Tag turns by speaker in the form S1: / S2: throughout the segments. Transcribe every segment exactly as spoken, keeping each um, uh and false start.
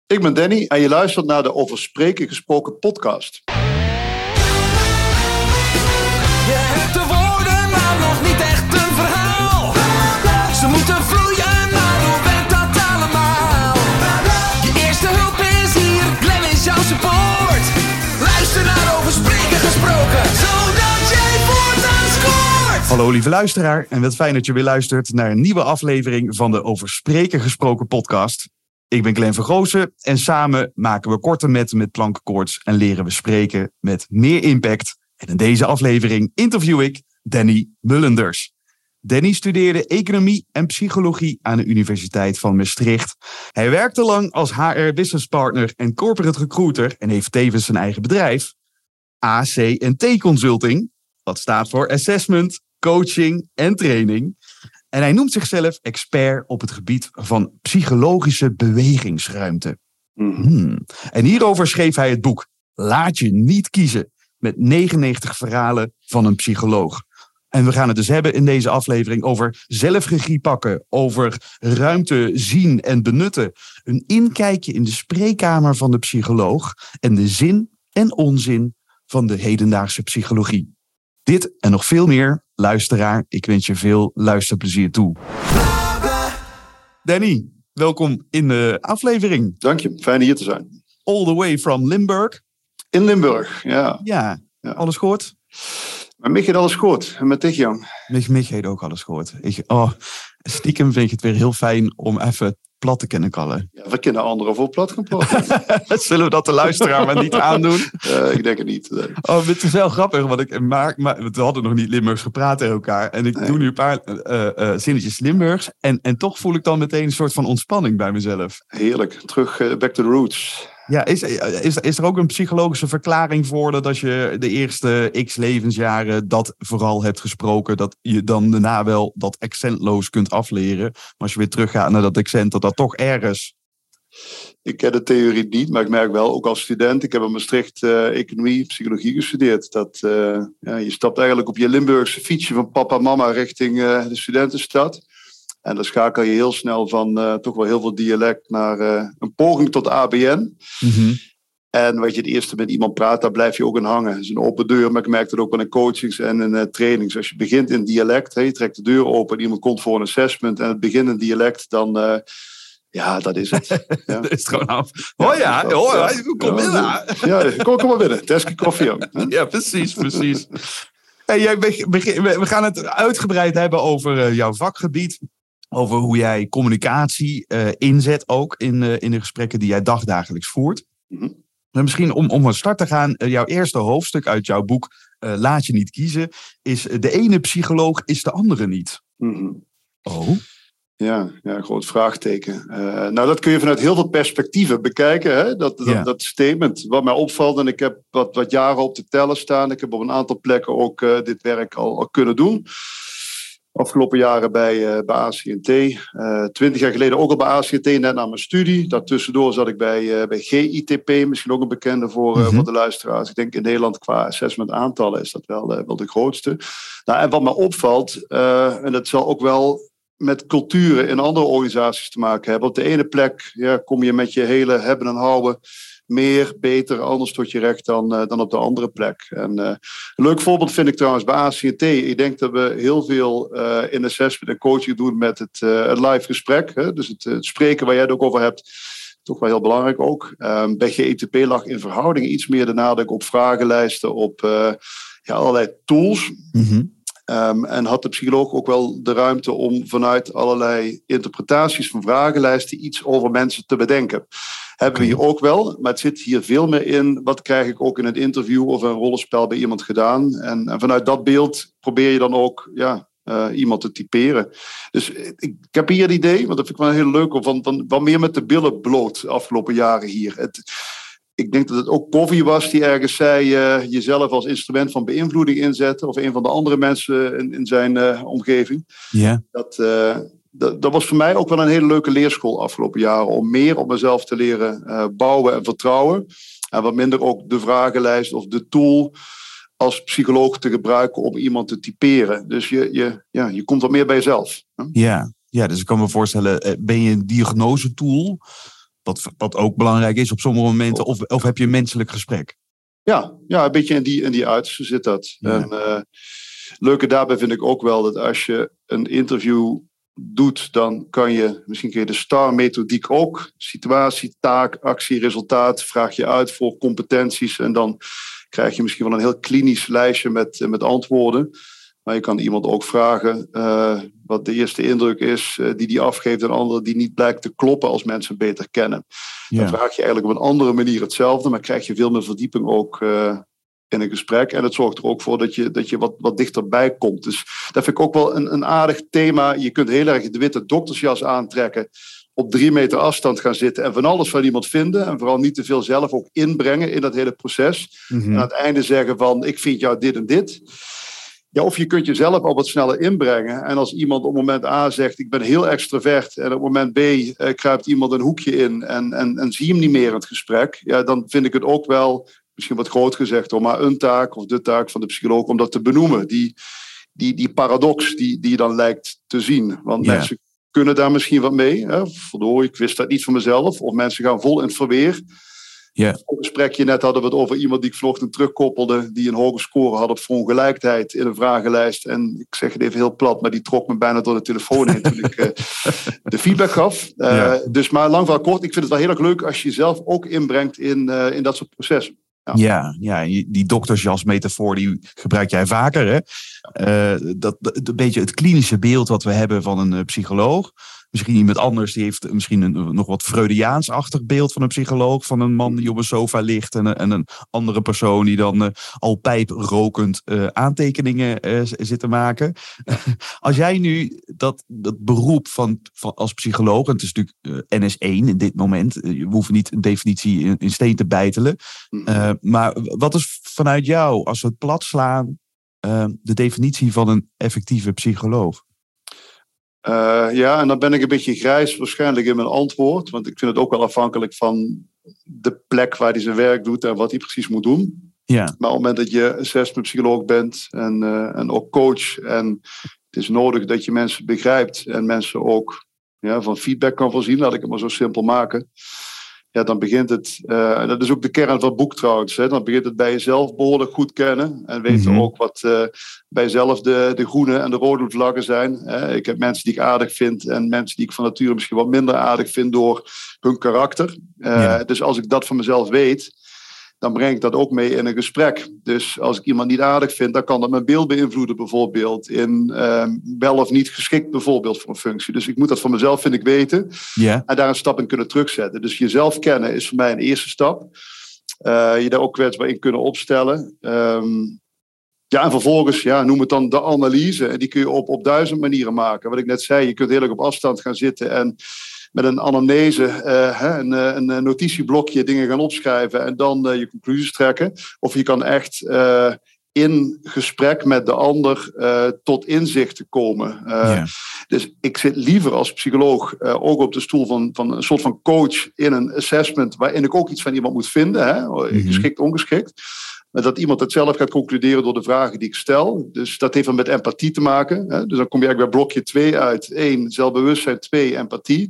S1: Ik ben Danny en je luistert naar de Over Spreken Gesproken podcast.
S2: Je hebt de woorden, maar nog niet echt een verhaal. Ze moeten vloeien, maar hoe werkt dat allemaal? Je eerste hulp is hier, Glenn is jouw support. Luister naar Over Spreken Gesproken, zodat jij voortaan scoort.
S3: Hallo lieve luisteraar en wat fijn dat je weer luistert naar een nieuwe aflevering van de Over Spreken Gesproken podcast. Ik ben Glenn Vergoosen en samen maken we korte metten met plankenkoorts en leren we spreken met meer impact. En in deze aflevering interview ik Danny Mullenders. Danny studeerde economie en psychologie aan de Universiteit van Maastricht. Hij werkte lang als H R business partner en corporate recruiter en heeft tevens zijn eigen bedrijf. A C en T Consulting, wat staat voor Assessment, Coaching en Training. En hij noemt zichzelf expert op het gebied van psychologische bewegingsruimte. Hmm. En hierover schreef hij het boek Laat je niet kiezen, met negenennegentig verhalen van een psycholoog. En we gaan het dus hebben in deze aflevering over zelfregie pakken, over ruimte zien en benutten, een inkijkje in de spreekkamer van de psycholoog en de zin en onzin van de hedendaagse psychologie. Dit en nog veel meer, luisteraar, ik wens je veel luisterplezier toe. Danny, welkom in de aflevering.
S1: Dank je, fijn hier te zijn.
S3: All the way from Limburg.
S1: In Limburg, ja.
S3: Ja, ja. Alles goed?
S1: Met Mich heeft alles goed, en met dich, jong.
S3: Mich, Mich heeft ook alles goed. Ik, oh, stiekem vind ik het weer heel fijn om even plat te kunnen kallen.
S1: Ja, we kunnen anderen voor plat gaan praten.
S3: Zullen we dat de luisteraar maar niet aandoen?
S1: Uh, ik denk het niet. Nee.
S3: Oh, het is wel grappig, want ik maak, maar we hadden nog niet Limburgs gepraat tegen elkaar. En ik nee. doe nu een paar uh, uh, zinnetjes Limburgs. En, en toch voel ik dan meteen een soort van ontspanning bij mezelf.
S1: Heerlijk, terug uh, back to the roots.
S3: Ja, is, is, is er ook een psychologische verklaring voor dat als je de eerste x levensjaren dat vooral hebt gesproken, dat je dan daarna wel dat accentloos kunt afleren. Maar als je weer teruggaat naar dat accent, dat dat toch ergens...
S1: Ik ken de theorie niet, maar ik merk wel, ook als student, ik heb in Maastricht uh, economie, psychologie gestudeerd. Dat uh, ja, je stapt eigenlijk op je Limburgse fietsje van papa en mama richting uh, de studentenstad. En dan schakel je heel snel van uh, toch wel heel veel dialect naar uh, een poging tot A B N. Mm-hmm. En wat je het eerste met iemand praat, daar blijf je ook in hangen. Het is een open deur, maar ik merk dat ook wel in coachings en in uh, trainings. Als je begint in dialect, hey, je trekt de deur open en iemand komt voor een assessment en het begint in dialect, dan... Uh, Ja, dat is het. Ja.
S3: Dat is het gewoon af. Oh ja, ja, oh, ja. Kom binnen.
S1: Ja, kom, kom maar binnen. Teskie koffie, jong.
S3: Ja, precies, precies. Hey, jij, we gaan het uitgebreid hebben over uh, jouw vakgebied. Over hoe jij communicatie uh, inzet ook in, uh, in de gesprekken die jij dagdagelijks voert. Mm-hmm. En misschien om, om van start te gaan, uh, jouw eerste hoofdstuk uit jouw boek uh, Laat je niet kiezen, is uh, de ene psycholoog is de andere niet.
S1: Mm-hmm.
S3: Oh.
S1: Ja, ja, groot vraagteken. Uh, nou, dat kun je vanuit heel veel perspectieven bekijken, hè? Dat, dat, ja. dat statement. Wat mij opvalt, en ik heb wat, wat jaren op de teller staan. Ik heb op een aantal plekken ook uh, dit werk al, al kunnen doen. Afgelopen jaren bij, uh, bij A C en T. Uh, twintig jaar geleden ook al bij A C en T, net na mijn studie. Daartussendoor zat ik bij, uh, bij G I T P, misschien ook een bekende voor, uh, mm-hmm. voor de luisteraars. Ik denk in Nederland qua assessment aantallen is dat wel, uh, wel de grootste. Nou, en wat mij opvalt, uh, en dat zal ook wel... met culturen in andere organisaties te maken hebben. Op de ene plek ja, kom je met je hele hebben en houden meer, beter, anders tot je recht dan, uh, dan op de andere plek. En, uh, een leuk voorbeeld vind ik trouwens bij A C en T. Ik denk dat we heel veel uh, in assessment en coaching doen met het, uh, het live gesprek. Hè? Dus het, het spreken waar jij het ook over hebt. Toch wel heel belangrijk ook. Um, bij G I T P lag in verhouding iets meer de nadruk op vragenlijsten, op uh, ja, allerlei tools. Mm-hmm. Um, en had de psycholoog ook wel de ruimte om vanuit allerlei interpretaties van vragenlijsten iets over mensen te bedenken. Hebben we hier ook wel, maar het zit hier veel meer in. Wat krijg ik ook in een interview of een rollenspel bij iemand gedaan? En, en vanuit dat beeld probeer je dan ook ja, uh, iemand te typeren. Dus ik, ik heb hier het idee, want dat vind ik wel heel leuk, van, van wat meer met de billen bloot de afgelopen jaren hier. Het, Ik denk dat het ook Covey was die ergens zei uh, jezelf als instrument van beïnvloeding inzetten. Of een van de andere mensen in, in zijn uh, omgeving. Yeah. Dat, uh, dat, dat was voor mij ook wel een hele leuke leerschool afgelopen jaren. Om meer op mezelf te leren uh, bouwen en vertrouwen. En wat minder ook de vragenlijst of de tool als psycholoog te gebruiken om iemand te typeren. Dus je, je, ja, je komt wat meer bij jezelf.
S3: Ja, ja, dus ik kan me voorstellen, ben je een diagnosetool? wat, wat ook belangrijk is op sommige momenten. Of, of heb je een menselijk gesprek?
S1: Ja, ja, een beetje in die, in die uiterste zit dat. Ja. En uh, leuke daarbij vind ik ook wel dat als je een interview doet, dan kan je, misschien kun je de STAR-methodiek ook. Situatie, taak, actie, resultaat. Vraag je uit voor competenties. En dan krijg je misschien wel een heel klinisch lijstje met, met antwoorden. Maar je kan iemand ook vragen uh, wat de eerste indruk is uh, die die afgeeft en andere die niet blijkt te kloppen als mensen beter kennen. Ja. Dan vraag je eigenlijk op een andere manier hetzelfde, maar krijg je veel meer verdieping ook uh, in een gesprek. En het zorgt er ook voor dat je, dat je wat, wat dichterbij komt. Dus dat vind ik ook wel een, een aardig thema. Je kunt heel erg de witte doktersjas aantrekken, op drie meter afstand gaan zitten en van alles van iemand vinden. En vooral niet te veel zelf ook inbrengen in dat hele proces. Mm-hmm. En aan het einde zeggen van, ik vind jou dit en dit. Ja, of je kunt jezelf al wat sneller inbrengen. En als iemand op moment A zegt, ik ben heel extravert. En op moment B uh, kruipt iemand een hoekje in en, en, en zie hem niet meer in het gesprek. Ja, dan vind ik het ook wel, misschien wat groot gezegd hoor, maar een taak of de taak van de psycholoog om dat te benoemen. Die, die, die paradox die, die je dan lijkt te zien. Want yeah. mensen kunnen daar misschien wat mee. Hè? Verdorie, ik wist dat niet van mezelf. Of mensen gaan vol in het verweer. Yeah. Op een gesprekje net hadden we het over iemand die ik vanochtend terugkoppelde, die een hoge score had op verongelijkheid in een vragenlijst. En ik zeg het even heel plat, maar die trok me bijna door de telefoon heen toen ik uh, de feedback gaf. Uh, yeah. Dus maar lang verhaal kort, ik vind het wel heel erg leuk als je jezelf ook inbrengt in, uh, in dat soort processen.
S3: Ja, ja, ja, die doktersjas-metafoor die gebruik jij vaker. Hè? Uh, dat, dat, een beetje het klinische beeld wat we hebben van een uh, psycholoog. Misschien iemand anders die heeft misschien een nog wat Freudiaans-achtig beeld van een psycholoog. Van een man die op een sofa ligt. En, en een andere persoon die dan uh, al pijprokend uh, aantekeningen uh, zit te maken. Als jij nu dat, dat beroep van, van als psycholoog. En het is natuurlijk uh, N S één in dit moment. Uh, we hoeven niet een definitie in, in steen te bijtelen. Uh, maar wat is vanuit jou, als we het plat slaan, uh, de definitie van een effectieve psycholoog?
S1: Uh, ja, en dan ben ik een beetje grijs waarschijnlijk in mijn antwoord. Want ik vind het ook wel afhankelijk van de plek waar hij zijn werk doet en wat hij precies moet doen. Ja. Maar op het moment dat je assessment psycholoog bent en, uh, en ook coach. En het is nodig dat je mensen begrijpt en mensen ook ja, van feedback kan voorzien. Laat ik het maar zo simpel maken. Ja, dan begint het, uh, en dat is ook de kern van het boek trouwens, hè, dan begint het bij jezelf behoorlijk goed kennen. En weten mm-hmm. ook wat uh, bij jezelf de, de groene en de rode vlaggen zijn. Hè. Ik heb mensen die ik aardig vind en mensen die ik van nature misschien wat minder aardig vind door hun karakter. Uh, ja. Dus als ik dat van mezelf weet, dan breng ik dat ook mee in een gesprek. Dus als ik iemand niet aardig vind, dan kan dat mijn beeld beïnvloeden bijvoorbeeld. In uh, wel of niet geschikt bijvoorbeeld voor een functie. Dus ik moet dat van mezelf, vind ik, weten. Yeah. En daar een stap in kunnen terugzetten. Dus jezelf kennen is voor mij een eerste stap. Uh, je daar ook kwetsbaar in kunnen opstellen. Um, ja, en vervolgens, ja, noem het dan de analyse. En die kun je op, op duizend manieren maken. Wat ik net zei, je kunt heel erg op afstand gaan zitten en met een anamnese, uh, een, een notitieblokje dingen gaan opschrijven en dan uh, je conclusies trekken. Of je kan echt uh, in gesprek met de ander uh, tot inzichten komen. Uh, yeah. Dus ik zit liever als psycholoog uh, ook op de stoel van, van een soort van coach in een assessment waarin ik ook iets van iemand moet vinden. Hè? Mm-hmm. Geschikt, ongeschikt. Maar dat iemand het zelf gaat concluderen door de vragen die ik stel. Dus dat heeft dan met empathie te maken. Hè? Dus dan kom je eigenlijk bij blokje twee uit. Eén, zelfbewustzijn. Twee, empathie.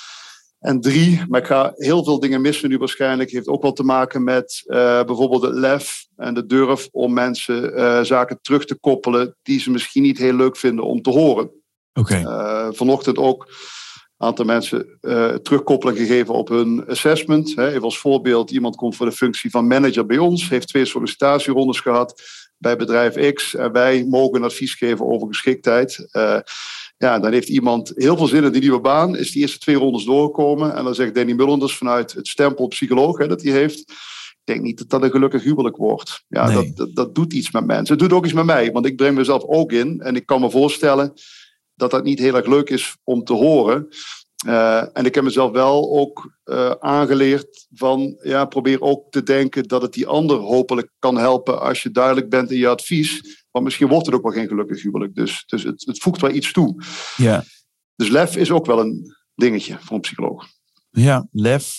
S1: En drie, maar ik ga heel veel dingen missen nu waarschijnlijk, heeft ook wel te maken met uh, bijvoorbeeld het lef en de durf om mensen uh, zaken terug te koppelen die ze misschien niet heel leuk vinden om te horen.
S3: Okay.
S1: Uh, vanochtend ook een aantal mensen uh, terugkoppeling gegeven op hun assessment. Hè. Even als voorbeeld, iemand komt voor de functie van manager bij ons, heeft twee sollicitatierondes gehad bij bedrijf X en wij mogen een advies geven over geschiktheid. Uh, Ja, dan heeft iemand heel veel zin in die nieuwe baan. Is die eerste twee rondes doorgekomen. En dan zegt Danny Mullenders vanuit het stempel psycholoog hè, dat hij heeft. Ik denk niet dat dat een gelukkig huwelijk wordt. Ja, nee. dat, dat, dat doet iets met mensen. Het doet ook iets met mij. Want ik breng mezelf ook in. En ik kan me voorstellen dat dat niet heel erg leuk is om te horen. Uh, en ik heb mezelf wel ook uh, aangeleerd van... Ja, probeer ook te denken dat het die ander hopelijk kan helpen... als je duidelijk bent in je advies... Want misschien wordt het ook wel geen gelukkig huwelijk. Dus, dus het, het voegt wel iets toe.
S3: Ja.
S1: Dus lef is ook wel een dingetje voor een psycholoog.
S3: Ja, lef.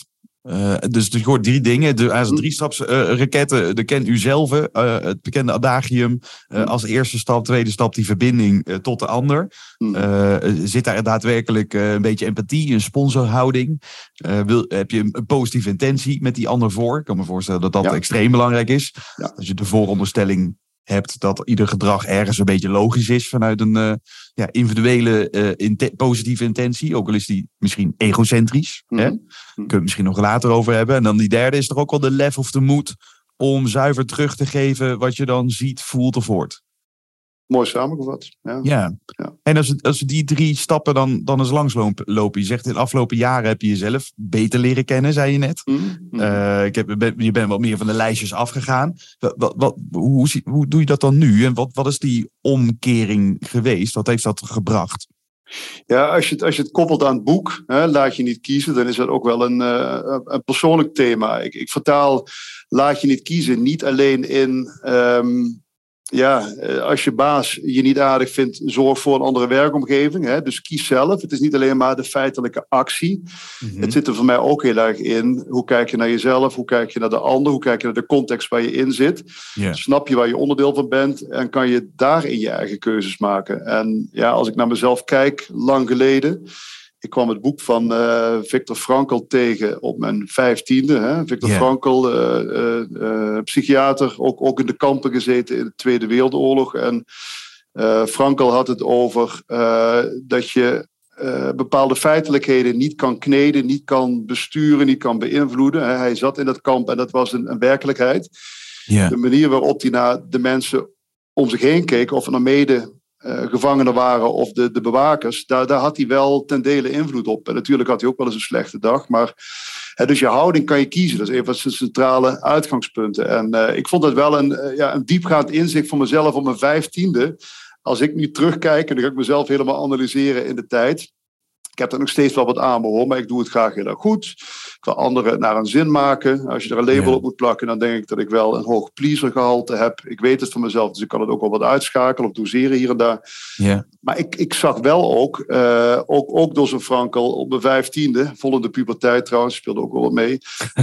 S3: Uh, dus je hoort drie dingen. De, als drie-staps-raketten, uh, de ken u zelf, uh, het bekende adagium. Uh, als eerste stap, tweede stap, die verbinding uh, tot de ander. Uh, zit daar daadwerkelijk uh, een beetje empathie, een sponsorhouding? Uh, wil, heb je een, een positieve intentie met die ander voor? Ik kan me voorstellen dat dat ja. extreem belangrijk is. Ja. Als je de vooronderstelling hebt dat ieder gedrag ergens een beetje logisch is vanuit een uh, ja, individuele uh, inte- positieve intentie. Ook al is die misschien egocentrisch. Mm-hmm. Hè? Daar kunnen we het misschien nog later over hebben. En dan die derde is er ook wel de lef of de moed om zuiver terug te geven wat je dan ziet, voelt of hoort.
S1: Mooi samengevat. Ja.
S3: Ja. ja. En als we, als we die drie stappen dan, dan eens langslopen. Je zegt in de afgelopen jaren heb je jezelf beter leren kennen, zei je net. Mm-hmm. Uh, ik heb, je bent wat meer van de lijstjes afgegaan. Wat, wat, hoe, hoe doe je dat dan nu? En wat, wat is die omkering geweest? Wat heeft dat gebracht?
S1: Ja, als je het, als je het koppelt aan het boek, hè, Laat je niet kiezen, dan is dat ook wel een, uh, een persoonlijk thema. Ik, ik vertaal Laat je niet kiezen niet alleen in... Um, Ja, als je baas je niet aardig vindt, zorg voor een andere werkomgeving. Hè? Dus kies zelf. Het is niet alleen maar de feitelijke actie. Mm-hmm. Het zit er voor mij ook heel erg in. Hoe kijk je naar jezelf? Hoe kijk je naar de ander? Hoe kijk je naar de context waar je in zit? Yeah. Snap je waar je onderdeel van bent? En kan je daarin je eigen keuzes maken? En ja, als ik naar mezelf kijk, lang geleden... Ik kwam het boek van uh, Viktor Frankl tegen op mijn vijftiende. Hè? Viktor yeah. Frankl, uh, uh, uh, psychiater, ook, ook in de kampen gezeten in de Tweede Wereldoorlog. En uh, Frankl had het over uh, dat je uh, bepaalde feitelijkheden niet kan kneden, niet kan besturen, niet kan beïnvloeden. Hè? Hij zat in dat kamp en dat was een, een werkelijkheid. Yeah. De manier waarop hij naar de mensen om zich heen keek, of er naar mede... Uh, gevangenen waren of de, de bewakers, daar, daar had hij wel ten dele invloed op. En natuurlijk had hij ook wel eens een slechte dag, maar hè, dus je houding kan je kiezen. Dat is een van de centrale uitgangspunten. En uh, ik vond dat wel een, uh, ja, een diepgaand inzicht voor mezelf op mijn vijftiende. Als ik nu terugkijk, en dan ga ik mezelf helemaal analyseren in de tijd. Ik heb er nog steeds wel wat aan me hoor, maar ik doe het graag heel erg goed. Ik wil anderen naar een zin maken. Als je er een label ja. op moet plakken, dan denk ik dat ik wel een hoog pleasergehalte heb. Ik weet het van mezelf, dus ik kan het ook wel wat uitschakelen of doseren hier en daar. Ja. Maar ik, ik zag wel ook, uh, ook, ook door zo'n Frankl op mijn vijftiende, vol in de puberteit trouwens, speelde ook wel wat mee.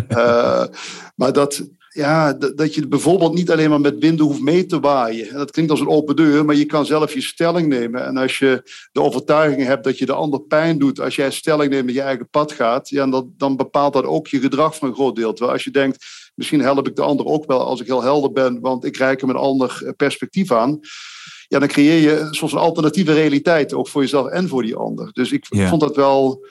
S1: uh, maar dat... Ja, dat je bijvoorbeeld niet alleen maar met winden hoeft mee te waaien. En dat klinkt als een open deur, maar je kan zelf je stelling nemen. En als je de overtuiging hebt dat je de ander pijn doet, als jij stelling neemt en je eigen pad gaat, ja, dan, dan bepaalt dat ook je gedrag voor een groot deel. Terwijl als je denkt, misschien help ik de ander ook wel als ik heel helder ben, want ik reik hem een ander perspectief aan. Ja, dan creëer je soms een alternatieve realiteit, ook voor jezelf en voor die ander. Dus ik yeah. vond dat wel...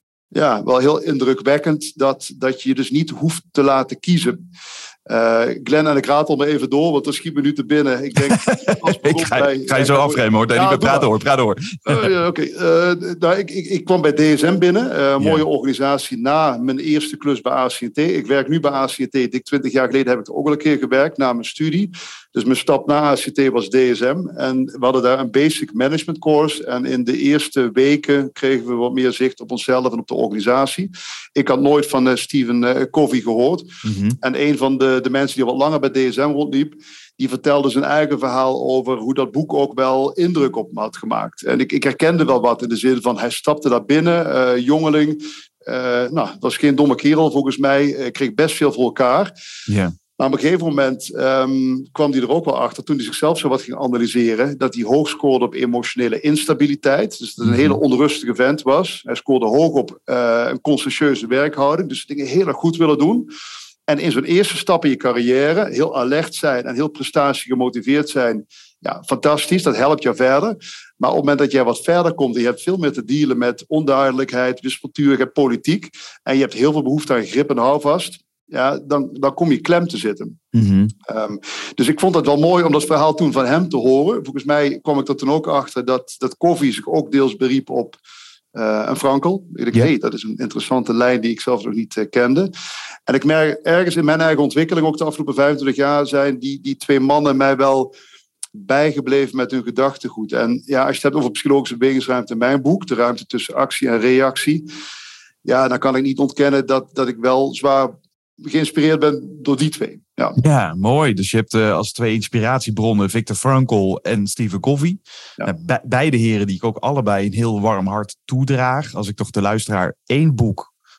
S1: Ja, wel heel indrukwekkend dat, dat je je dus niet hoeft te laten kiezen. Uh, Glenn, en ik ratel me even door, want er schiet me nu te binnen. Ik denk, als
S3: ik ga, bij, ga je zo afremmen hoor. Nee, ja, niet praat door, praat door.
S1: Uh, ja, Oké, okay. uh, nou, ik, ik, ik kwam bij D S M binnen. Uh, een mooie ja. organisatie na mijn eerste klus bij A C N T. Ik werk nu bij A C N T. Dik twintig jaar geleden heb ik er ook al een keer gewerkt na mijn studie. Dus mijn stap na A C N T was D S M. En we hadden daar een basic management course. En in de eerste weken kregen we wat meer zicht op onszelf en op de organisatie. Ik had nooit van uh, Stephen uh, Covey gehoord. Mm-hmm. En een van de, de mensen die wat langer bij D S M rondliep, die vertelde zijn eigen verhaal over hoe dat boek ook wel indruk op me had gemaakt. En ik, ik herkende wel wat in de zin van, hij stapte daar binnen, uh, jongeling. Uh, nou, dat was geen domme kerel volgens mij. Uh, kreeg best veel voor elkaar. Yeah. Maar op een gegeven moment um, kwam hij er ook wel achter, toen hij zichzelf zo wat ging analyseren, dat hij hoog scoorde op emotionele instabiliteit. Dus dat het een hele onrustige vent was. Hij scoorde hoog op uh, een conscientieuze werkhouding. Dus dingen heel erg goed willen doen. En in zo'n eerste stap in je carrière heel alert zijn en heel prestatiegemotiveerd zijn. Ja, fantastisch, dat helpt je verder. Maar op het moment dat jij wat verder komt en je hebt veel meer te dealen met onduidelijkheid, wispelturigheid, politiek. En je hebt heel veel behoefte aan grip en houvast. Ja, dan, dan kom je klem te zitten. Mm-hmm. Um, dus ik vond het wel mooi om dat verhaal toen van hem te horen. Volgens mij kwam ik er toen ook achter dat, dat Covey zich ook deels beriep op uh, een Frankl. Ik dacht, yeah. hey, dat is een interessante lijn die ik zelf nog niet uh, kende. En ik merk ergens in mijn eigen ontwikkeling, ook de afgelopen vijfentwintig jaar, zijn die, die twee mannen mij wel bijgebleven met hun gedachtegoed. En ja, als je het hebt over psychologische bewegingsruimte in mijn boek, de ruimte tussen actie en reactie, ja, dan kan ik niet ontkennen dat, dat ik wel zwaar geïnspireerd ben door die twee. Ja,
S3: ja mooi. Dus je hebt uh, als twee inspiratiebronnen Viktor Frankl en Stephen Covey. Ja. Nou, be- beide heren die ik ook allebei een heel warm hart toedraag. Als ik toch de luisteraar één boek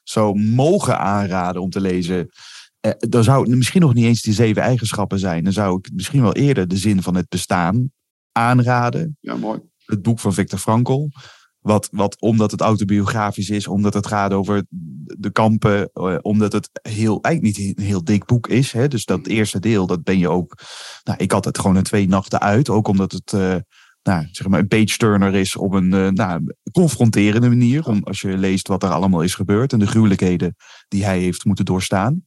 S3: zou mogen aanraden om te lezen, eh, dan zou het misschien nog niet eens die zeven eigenschappen zijn. Dan zou ik misschien wel eerder de zin van het bestaan aanraden.
S1: Ja, mooi.
S3: Het boek van Viktor Frankl. Wat, wat, omdat het autobiografisch is, omdat het gaat over de kampen, uh, omdat het heel, eigenlijk niet een heel dik boek is. Hè? Dus dat eerste deel, dat ben je ook... Nou, ik had het gewoon in twee nachten uit. Ook omdat het uh, nou, zeg maar een page-turner is op een uh, nou, confronterende manier. Om, als je leest wat er allemaal is gebeurd en de gruwelijkheden die hij heeft moeten doorstaan.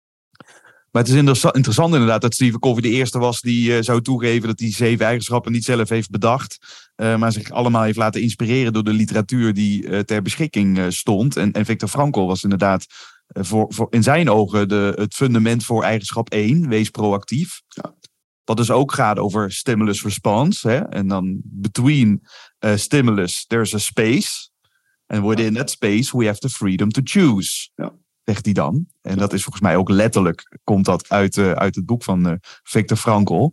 S3: Maar het is interessant inderdaad dat Stephen Covey de eerste was die uh, zou toegeven dat hij zeven eigenschappen niet zelf heeft bedacht. Uh, maar zich allemaal heeft laten inspireren door de literatuur die uh, ter beschikking uh, stond. En, en Viktor Frankl was inderdaad uh, voor, voor, in zijn ogen de, het fundament voor eigenschap één, wees proactief. Ja. Wat dus ook gaat over stimulus response. Hè? En dan between uh, stimulus there's a space. And within that space we have the freedom to choose. Ja. Zegt hij dan. En dat is volgens mij ook letterlijk, komt dat uit, uh, uit het boek van uh, Viktor Frankl.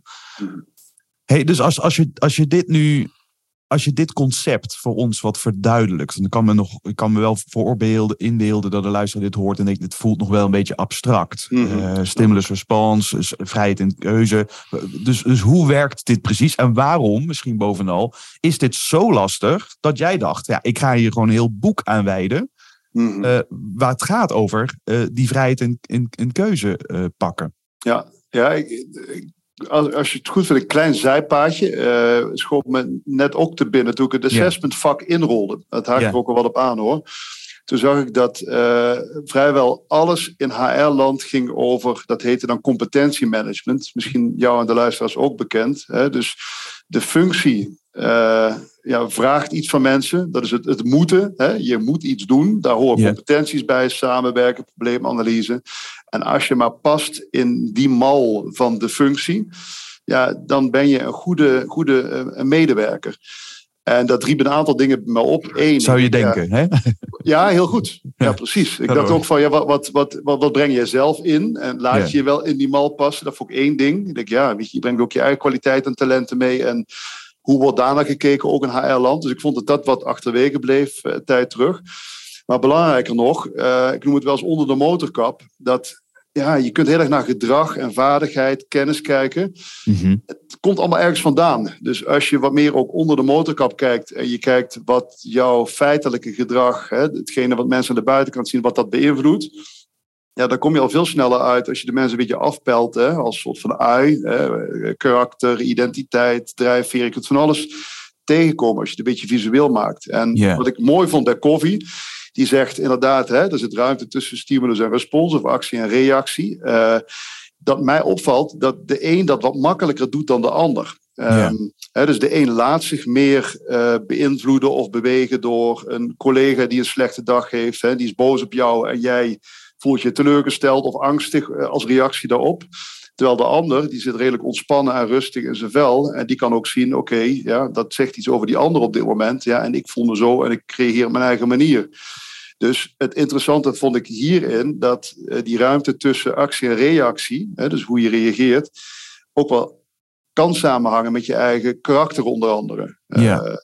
S3: Hey, dus als, als, je, als je dit nu, als je dit concept voor ons wat verduidelijkt, dan kan me nog, ik kan me wel voorbeelden, inbeelden dat de luisteraar dit hoort en denkt, dit voelt nog wel een beetje abstract. Mm-hmm. Uh, stimulus response, vrijheid in keuze. Dus, dus hoe werkt dit precies? En waarom, misschien bovenal, is dit zo lastig dat jij dacht, ja, ik ga hier gewoon een heel boek aan wijden. Mm-hmm. Uh, waar het gaat over uh, die vrijheid in, in, in keuze uh, pakken.
S1: Ja, ja ik, ik, als, als je het goed vindt, een klein zijpaadje. Uh, schoot me net ook te binnen toen ik het assessmentvak yeah. inrolde. Dat haak ik yeah. er ook al wat op aan hoor. Toen zag ik dat uh, vrijwel alles in H R-land ging over, dat heette dan competentiemanagement. Misschien jou en de luisteraars ook bekend. Hè? Dus de functie uh, ja, vraagt iets van mensen. Dat is het, het moeten. Hè? Je moet iets doen. Daar horen yeah. competenties bij, samenwerken, probleemanalyse. En als je maar past in die mal van de functie, ja, dan ben je een goede, goede uh, medewerker. En dat riep een aantal dingen me op. Eén,
S3: zou je denken,
S1: ja,
S3: hè?
S1: Ja, heel goed. Ja, precies. Ik dacht ook van, ja, wat, wat, wat, wat, wat breng je zelf in? En laat ja. je je wel in die mal passen? Dat vond ik één ding. Ik denk, ja, weet je, je brengt ook je eigen kwaliteit en talenten mee. En hoe wordt daarna gekeken, ook in H R-land? Dus ik vond dat dat wat achterwege bleef, uh, tijd terug. Maar belangrijker nog, uh, ik noem het wel eens onder de motorkap, dat ja, je kunt heel erg naar gedrag en vaardigheid, kennis kijken. Mm-hmm. Het komt allemaal ergens vandaan. Dus als je wat meer ook onder de motorkap kijkt en je kijkt wat jouw feitelijke gedrag, hè, hetgene wat mensen aan de buitenkant zien, wat dat beïnvloedt, ja, dan kom je al veel sneller uit als je de mensen een beetje afpelt, hè, als soort van ui, hè, karakter, identiteit, drijfveer, je kunt van alles tegenkomen als je het een beetje visueel maakt. En yeah. wat ik mooi vond bij Covey, die zegt inderdaad, hè, er zit ruimte tussen stimulus en respons, of actie en reactie. Uh, dat mij opvalt dat de een dat wat makkelijker doet dan de ander. Um, ja. hè, dus de een laat zich meer uh, beïnvloeden of bewegen door een collega die een slechte dag heeft. Hè, die is boos op jou en jij voelt je teleurgesteld of angstig uh, als reactie daarop. Terwijl de ander, die zit redelijk ontspannen en rustig in zijn vel. En die kan ook zien, oké, okay, ja, dat zegt iets over die ander op dit moment. Ja, en ik voel me zo en ik reageer op mijn eigen manier. Dus het interessante vond ik hierin dat uh, die ruimte tussen actie en reactie, hè, dus hoe je reageert, ook wel kan samenhangen met je eigen karakter onder andere. Ja. Uh,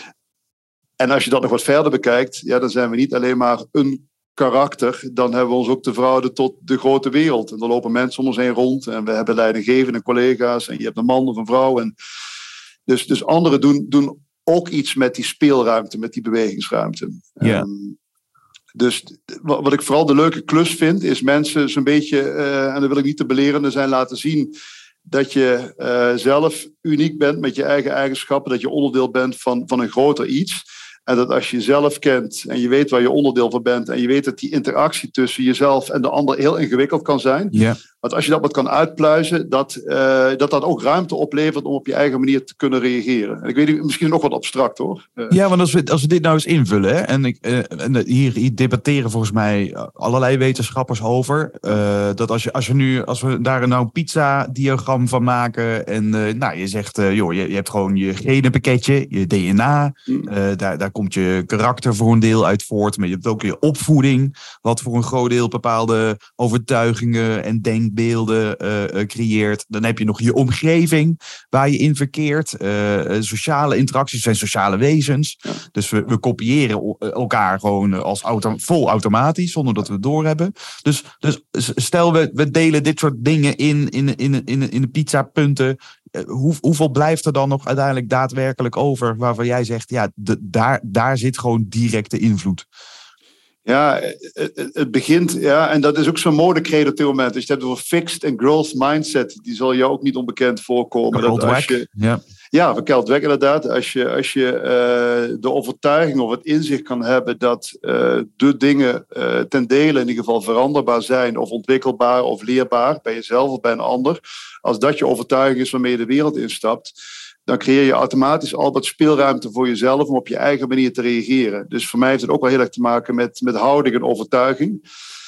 S1: en als je dat nog wat verder bekijkt, ja, dan zijn we niet alleen maar een karakter, dan hebben we ons ook te verhouden tot de grote wereld. En dan lopen mensen om ons heen rond en we hebben leidinggevende collega's en je hebt een man of een vrouw. En dus, dus anderen doen, doen ook iets met die speelruimte, met die bewegingsruimte. Ja. Um, Dus wat ik vooral de leuke klus vind, is mensen zo'n beetje, uh, en dat wil ik niet te belerende zijn, laten zien dat je uh, zelf uniek bent met je eigen eigenschappen, dat je onderdeel bent van, van een groter iets. En dat als je jezelf kent en je weet waar je onderdeel van bent en je weet dat die interactie tussen jezelf en de ander heel ingewikkeld kan zijn. Yeah. Want als je dat wat kan uitpluizen, dat, uh, dat dat ook ruimte oplevert om op je eigen manier te kunnen reageren. En ik weet niet, misschien nog wat abstract hoor. Uh.
S3: Ja, want als we, als we dit nou eens invullen, hè, en, ik, uh, en hier, hier debatteren volgens mij allerlei wetenschappers over, uh, dat als je, als je nu, als we daar nou een pizza-diagram van maken en uh, nou, je zegt, uh, joh, je, je hebt gewoon je genenpakketje, je D N A, mm. uh, daar, daar komt je karakter voor een deel uit voort, maar je hebt ook je opvoeding, wat voor een groot deel bepaalde overtuigingen en denken denkbeelden uh, uh, creëert. Dan heb je nog je omgeving waar je in verkeert. Uh, uh, sociale interacties zijn sociale wezens. Ja. Dus we, we kopiëren elkaar gewoon als auto, vol automatisch, zonder dat we het doorhebben. Dus, dus stel we, we delen dit soort dingen in, in, in, in, in de pizzapunten. Hoe, hoeveel blijft er dan nog uiteindelijk daadwerkelijk over waarvan jij zegt, ja, de, daar, daar zit gewoon directe invloed?
S1: Ja, het, het begint, ja, en dat is ook zo'n modecredo op dit moment. Dus je hebt over fixed en growth mindset. Die zal jou ook niet onbekend voorkomen.
S3: Dat als je, ja.
S1: Ja, van Keldweg inderdaad. Als je, als je uh, de overtuiging of het inzicht kan hebben dat uh, de dingen uh, ten dele in ieder geval veranderbaar zijn of ontwikkelbaar of leerbaar bij jezelf of bij een ander. Als dat je overtuiging is waarmee je de wereld instapt, dan creëer je automatisch al wat speelruimte voor jezelf om op je eigen manier te reageren. Dus voor mij heeft het ook wel heel erg te maken met, met houding en overtuiging.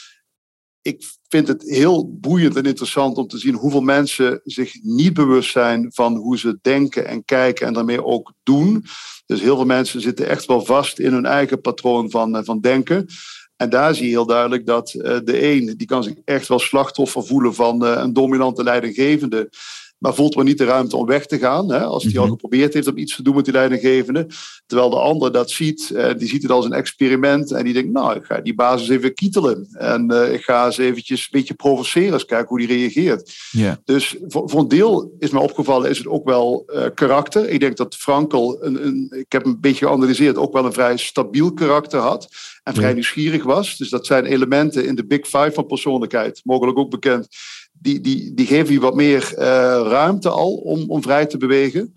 S1: Ik vind het heel boeiend en interessant om te zien hoeveel mensen zich niet bewust zijn van hoe ze denken en kijken en daarmee ook doen. Dus heel veel mensen zitten echt wel vast in hun eigen patroon van, van denken. En daar zie je heel duidelijk dat uh, de een, die kan zich echt wel slachtoffer voelen van uh, een dominante leidinggevende. Maar voelt wel niet de ruimte om weg te gaan. Hè, als hij mm-hmm. al geprobeerd heeft om iets te doen met die leidinggevende. Terwijl de ander dat ziet. Uh, die ziet het als een experiment. En die denkt, nou, ik ga die basis even kietelen. En uh, ik ga eens eventjes een beetje provoceren. Eens kijken hoe die reageert. Yeah. Dus voor, voor een deel is mij opgevallen, is het ook wel uh, karakter. Ik denk dat Frankl, een, een, ik heb een beetje geanalyseerd, ook wel een vrij stabiel karakter had. En vrij yeah. nieuwsgierig was. Dus dat zijn elementen in de Big Five van persoonlijkheid. Mogelijk ook bekend. Die, die, die geven je wat meer uh, ruimte al om, om vrij te bewegen.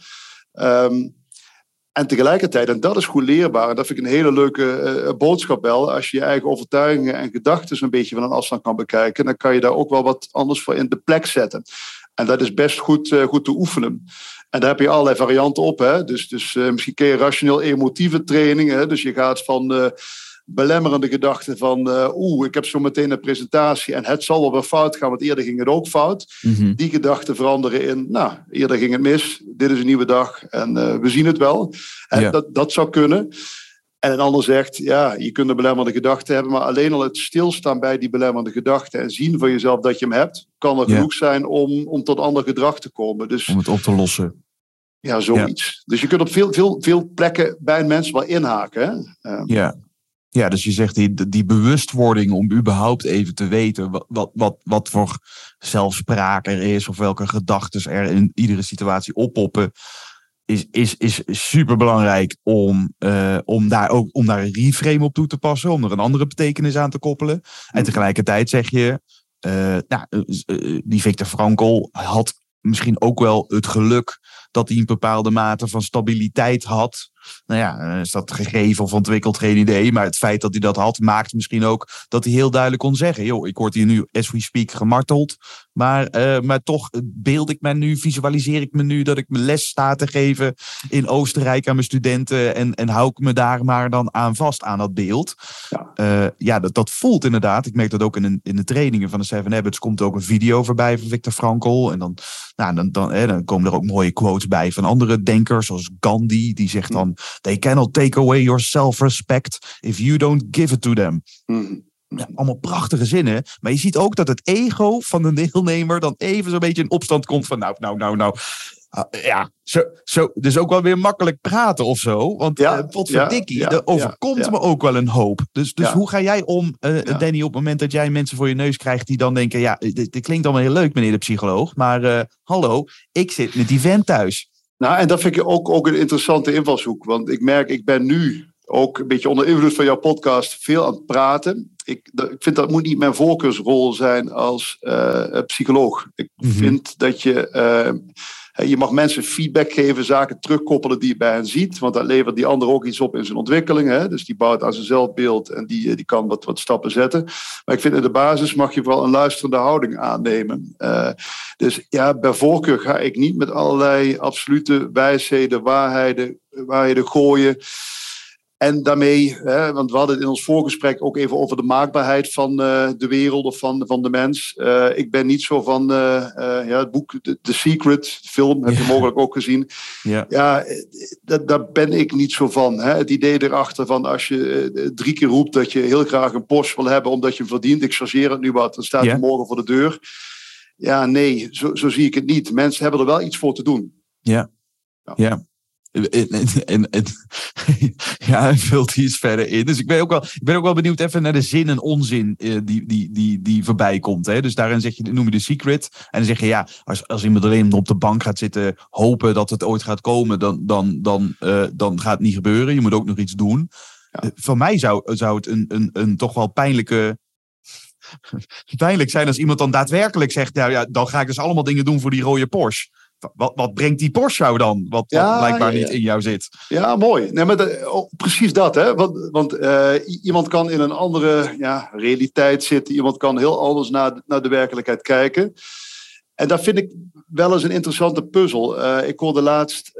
S1: Um, en tegelijkertijd, en dat is goed leerbaar, en dat vind ik een hele leuke uh, boodschap wel, als je je eigen overtuigingen en gedachten een beetje van een afstand kan bekijken, dan kan je daar ook wel wat anders voor in de plek zetten. En dat is best goed, uh, goed te oefenen. En daar heb je allerlei varianten op. Hè? Dus, dus uh, misschien ken je rationeel-emotieve training. Hè? Dus je gaat van Uh, belemmerende gedachten van uh, oeh, ik heb zo meteen een presentatie en het zal wel weer fout gaan, want eerder ging het ook fout. Mm-hmm. Die gedachten veranderen in, nou, eerder ging het mis, dit is een nieuwe dag en uh, we zien het wel. En ja. dat, dat zou kunnen. En een ander zegt, ja, je kunt een belemmerende gedachte hebben, maar alleen al het stilstaan bij die belemmerende gedachte en zien van jezelf dat je hem hebt, kan er ja. genoeg zijn om, om tot ander gedrag te komen. Dus,
S3: om het op te lossen.
S1: Ja, zoiets. Ja. Dus je kunt op veel, veel, veel plekken bij een mens wel inhaken. Hè? Um,
S3: ja. Ja, dus je zegt die, die bewustwording om überhaupt even te weten wat, wat, wat, wat voor zelfspraak er is of welke gedachten er in iedere situatie oppoppen, is, is, is superbelangrijk om, uh, om, daar ook, om daar een reframe op toe te passen, om er een andere betekenis aan te koppelen. En tegelijkertijd zeg je, uh, nou, uh, die Viktor Frankl had misschien ook wel het geluk dat hij een bepaalde mate van stabiliteit had. Nou ja, is dat gegeven of ontwikkeld, geen idee. Maar het feit dat hij dat had, maakt misschien ook dat hij heel duidelijk kon zeggen, joh, ik word hier nu, as we speak, gemarteld. Maar, uh, maar toch beeld ik me nu, visualiseer ik me nu dat ik mijn les sta te geven in Oostenrijk aan mijn studenten. En, en hou ik me daar maar dan aan vast, aan dat beeld. Ja, uh, ja dat, dat voelt inderdaad. Ik merk dat ook in, een, in de trainingen van de Seven Habits komt ook een video voorbij van Viktor Frankl. En dan, nou, dan, dan, hè, dan komen er ook mooie quotes bij van andere denkers, zoals Gandhi. Die zegt dan, they cannot take away your self-respect if you don't give it to them. Mm. Ja, allemaal prachtige zinnen. Maar je ziet ook dat het ego van de deelnemer dan even zo'n beetje in opstand komt van nou, nou, nou, nou. Uh, ja, zo, zo, dus ook wel weer makkelijk praten of zo. Want ja, uh, potverdikkie, ja, ja, er overkomt ja, ja. me ook wel een hoop. Dus, dus ja. hoe ga jij om, uh, ja. Danny, op het moment dat jij mensen voor je neus krijgt die dan denken, ja, dit, dit klinkt allemaal heel leuk, meneer de psycholoog. Maar uh, hallo, ik zit met die vent thuis.
S1: Nou, en dat vind ik ook, ook een interessante invalshoek. Want ik merk, ik ben nu ook een beetje onder invloed van jouw podcast veel aan het praten. Ik, ik vind dat moet niet mijn voorkeursrol zijn als uh, psycholoog. Ik mm-hmm. vind dat je... Uh, je mag mensen feedback geven, zaken terugkoppelen die je bij hen ziet. Want dat levert die ander ook iets op in zijn ontwikkeling. Hè? Dus die bouwt aan zijn zelfbeeld en die, die kan wat, wat stappen zetten. Maar ik vind in de basis mag je vooral een luisterende houding aannemen. Uh, dus ja, bij voorkeur ga ik niet met allerlei absolute wijsheden, waarheden, waarheden gooien. En daarmee, hè, want we hadden het in ons voorgesprek ook even over de maakbaarheid van uh, de wereld of van, van de mens. Uh, ik ben niet zo van uh, uh, ja, het boek The, The Secret, de film, heb je yeah. mogelijk ook gezien. Yeah. Ja, dat, daar ben ik niet zo van. Hè. Het idee erachter van als je uh, drie keer roept dat je heel graag een Porsche wil hebben omdat je hem verdient. Ik chargeer het nu wat, dan staat yeah. je morgen voor de deur. Ja, nee, zo, zo zie ik het niet. Mensen hebben er wel iets voor te doen.
S3: Ja, ja. ja. En, en, en, ja, hij vult hier iets verder in. Dus ik ben ook wel, ik ben ook wel benieuwd even naar de zin en onzin uh, die, die, die, die voorbij komt. Hè? Dus daarin zeg je, noem je de secret. En dan zeg je, ja, als, als iemand alleen op de bank gaat zitten hopen dat het ooit gaat komen, dan, dan, dan, uh, dan gaat het niet gebeuren. Je moet ook nog iets doen. Ja. Uh, voor mij zou, zou het een, een, een toch wel pijnlijke... pijnlijk zijn als iemand dan daadwerkelijk zegt, nou ja, dan ga ik dus allemaal dingen doen voor die rode Porsche. Wat, wat brengt die Porsche jou dan? Wat, ja, wat blijkbaar ja, ja. niet in jou zit.
S1: Ja, mooi. Nee, maar de, oh, precies dat. Hè? Want, want uh, iemand kan in een andere ja, realiteit zitten. Iemand kan heel anders naar, naar de werkelijkheid kijken. En dat vind ik wel eens een interessante puzzel. Uh, ik hoorde laatst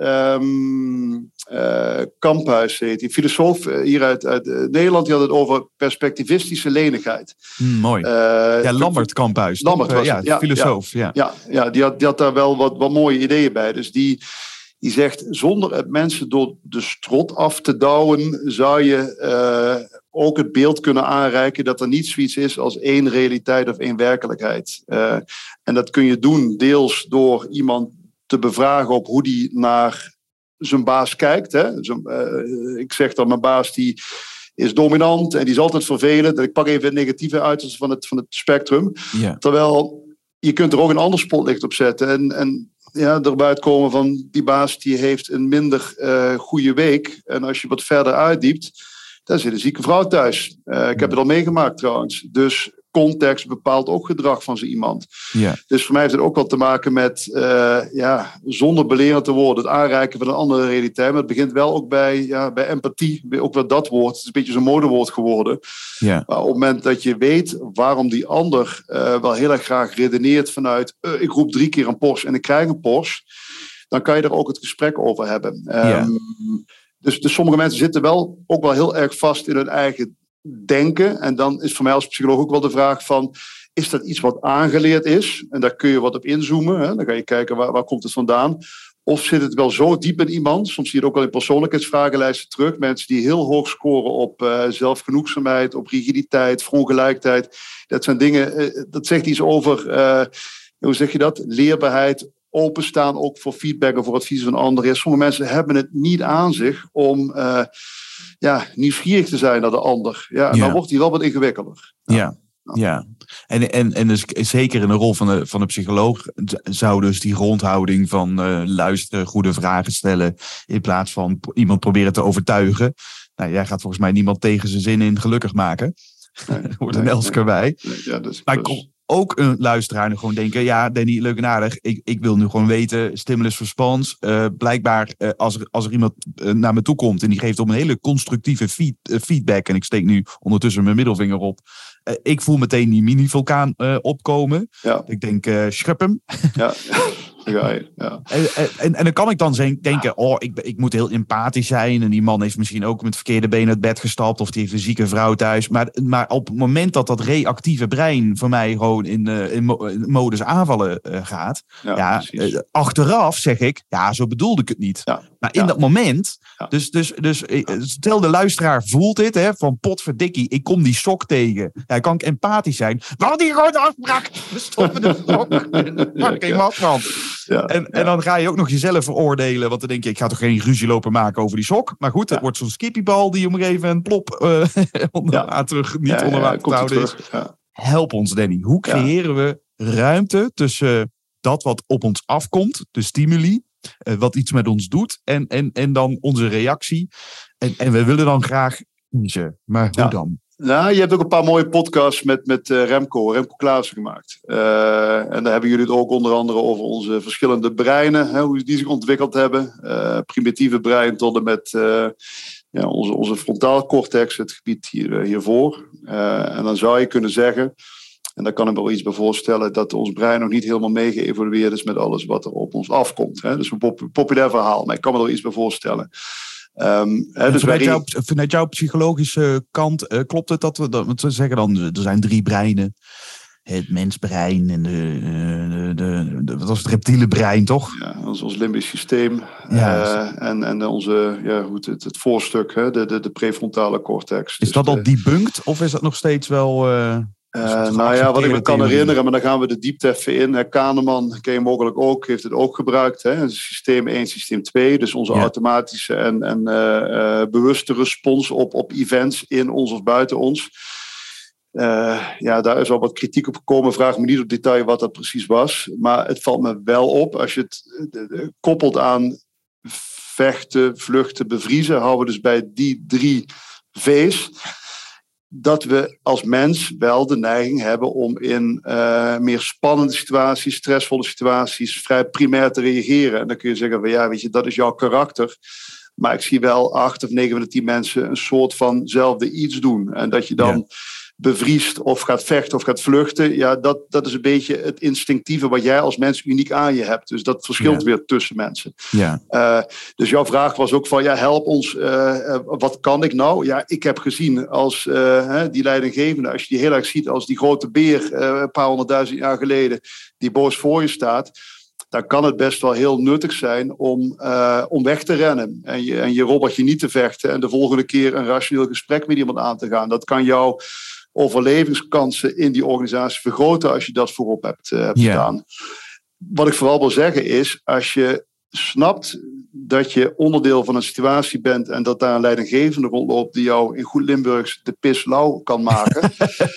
S1: um, uh, Kamphuis, heet die filosoof hier uit, uit uh, Nederland. Die had het over perspectivistische lenigheid.
S3: Mm, mooi. Uh, ja, Lambert Kamphuis.
S1: Lambert was
S3: ja,
S1: het. Ja,
S3: filosoof. Ja,
S1: ja. ja, ja die, had, die had daar wel wat, wat mooie ideeën bij. Dus die, die zegt, zonder het mensen door de strot af te douwen, zou je uh, ook het beeld kunnen aanreiken dat er niet zoiets is als één realiteit of één werkelijkheid. Uh, en dat kun je doen deels door iemand te bevragen op hoe die naar zijn baas kijkt. Hè. Dus, uh, ik zeg dan, mijn baas die is dominant en die is altijd vervelend. En ik pak even het negatieve uit van het, van het spectrum. Ja. Terwijl je kunt er ook een ander spotlicht op zetten. En, en ja, erbij komen van die baas die heeft een minder uh, goede week. En als je wat verder uitdiept, dan zit een zieke vrouw thuis. Uh, ik heb het al meegemaakt trouwens. Dus context bepaalt ook gedrag van zo iemand. Ja. Dus voor mij heeft het ook wel te maken met, uh, ja, zonder belerend te worden, het aanreiken van een andere realiteit. Maar het begint wel ook bij, ja, bij empathie. Ook wel dat woord. Het is een beetje zo'n modewoord geworden. Ja. Maar op het moment dat je weet waarom die ander uh, wel heel erg graag redeneert vanuit, uh, ik roep drie keer een Porsche en ik krijg een Porsche, dan kan je er ook het gesprek over hebben. Um, ja. Dus, dus sommige mensen zitten wel ook wel heel erg vast in hun eigen denken. En dan is voor mij als psycholoog ook wel de vraag van, is dat iets wat aangeleerd is? En daar kun je wat op inzoomen. Hè? Dan ga je kijken, waar, waar komt het vandaan? Of zit het wel zo diep in iemand? Soms zie je het ook wel in persoonlijkheidsvragenlijsten terug. Mensen die heel hoog scoren op uh, zelfgenoegzaamheid, op rigiditeit, verongelijkheid. Dat zijn dingen, uh, dat zegt iets over, uh, hoe zeg je dat? Leerbaarheid, openstaan ook voor feedback en voor advies van anderen. Sommige mensen hebben het niet aan zich om uh, ja, nieuwsgierig te zijn naar de ander. Ja, en ja. dan wordt hij wel wat ingewikkelder.
S3: Ja, ja. ja. En, en, en dus zeker in de rol van de, van de psycholoog zou dus die grondhouding van uh, luisteren, goede vragen stellen, in plaats van iemand proberen te overtuigen. Nou, jij gaat volgens mij niemand tegen zijn zin in gelukkig maken. Nee, er wordt nee, een Elsker nee, bij. Nee, ja, dus, maar dus. Ook een luisteraar nu gewoon denken, ja, Danny, leuk en aardig. Ik, ik wil nu gewoon weten, stimulus-response. Uh, blijkbaar, uh, als, er, als er iemand uh, naar me toe komt en die geeft op een hele constructieve feed, uh, feedback. En ik steek nu ondertussen mijn middelvinger op. Uh, ik voel meteen die mini-vulkaan uh, opkomen. Ja. Ik denk, uh, schep hem.
S1: Ja. Ja, ja.
S3: En, en, en dan kan ik dan denken, oh, ik, ik moet heel empathisch zijn. En die man heeft misschien ook met het verkeerde been uit bed gestapt. Of die heeft een zieke vrouw thuis. Maar, maar op het moment dat dat reactieve brein voor mij gewoon in, uh, in, mo- in modus aanvallen uh, gaat. Ja, ja, uh, achteraf zeg ik, ja, zo bedoelde ik het niet. Ja. Maar in ja. dat moment, ja. dus, dus, dus stel de luisteraar voelt dit, hè, van potverdikkie, ik kom die sok tegen. Ja, kan ik empathisch zijn. Wat die grote afspraak, we stoppen de sok in de fucking matrand. Ja, en, ja. en dan ga je ook nog jezelf veroordelen, want dan denk je, ik ga toch geen ruzie lopen maken over die sok. Maar goed, het ja. wordt zo'n skippiebal die op een gegeven moment plop uh, onder ja. terug, niet ja, onder water ja, te houden is. Ja. Help ons, Danny. Hoe creëren ja. we ruimte tussen dat wat op ons afkomt, de stimuli, uh, wat iets met ons doet, en, en, en dan onze reactie. En, en we willen dan graag kiezen. Maar hoe ja. dan?
S1: Nou, je hebt ook een paar mooie podcasts met, met uh, Remco, Remco Klaassen gemaakt. Uh, en daar hebben jullie het ook onder andere over onze verschillende breinen, hè, hoe die zich ontwikkeld hebben. Uh, primitieve brein tot en met uh, ja, onze, onze frontaal cortex, het gebied hier, uh, hiervoor. Uh, en dan zou je kunnen zeggen, en daar kan ik me wel iets bij voorstellen, dat ons brein nog niet helemaal mee geëvolueerd is met alles wat er op ons afkomt. Hè. Dat is een pop- populair verhaal, maar ik kan me er wel iets bij voorstellen. Um, he, dus
S3: vanuit, jouw, vanuit jouw psychologische kant uh, klopt het dat we, dat we zeggen dan, er zijn drie breinen. Het mensbrein en de, de, de, de, wat was het reptiele brein, toch?
S1: Ja, ons, ons limbisch systeem. Ja, uh, en, en onze, ja, het, het, het voorstuk, hè, de, de, de prefrontale cortex.
S3: Is
S1: dus
S3: dat
S1: de,
S3: al debunked of is dat nog steeds wel... Uh...
S1: Uh, nou ja, wat ik me kan herinneren, maar dan gaan we de diepte even in. Hè, Kahneman, ken je mogelijk ook, heeft het ook gebruikt. Hè, systeem één, systeem twee. Dus onze ja. automatische en, en uh, uh, bewuste respons op, op events in ons of buiten ons. Uh, ja, daar is al wat kritiek op gekomen. Vraag me niet op detail wat dat precies was. Maar het valt me wel op. Als je het uh, koppelt aan vechten, vluchten, bevriezen, houden we dus bij die drie V's. Dat we als mens wel de neiging hebben om in uh, meer spannende situaties, stressvolle situaties, vrij primair te reageren. En dan kun je zeggen, van, ja, weet je, dat is jouw karakter. Maar ik zie wel acht of negen van de tien mensen een soort vanzelfde iets doen. En dat je dan ja. bevriest of gaat vechten of gaat vluchten. Ja, dat, dat is een beetje het instinctieve wat jij als mens uniek aan je hebt. Dus dat verschilt ja. weer tussen mensen. Ja. Uh, dus jouw vraag was ook van, ja, help ons. Uh, uh, wat kan ik nou? Ja, ik heb gezien als uh, die leidinggevende, als je die heel erg ziet als die grote beer uh, een paar honderdduizend jaar geleden die boos voor je staat, dan kan het best wel heel nuttig zijn om, uh, om weg te rennen. En je, en je robotje niet te vechten en de volgende keer een rationeel gesprek met iemand aan te gaan. Dat kan jouw overlevingskansen in die organisatie vergroten als je dat voorop hebt, uh, hebt yeah. staan. Wat ik vooral wil zeggen is, als je snapt dat je onderdeel van een situatie bent en dat daar een leidinggevende rondloopt die jou in goed Limburgs de pis lauw kan maken,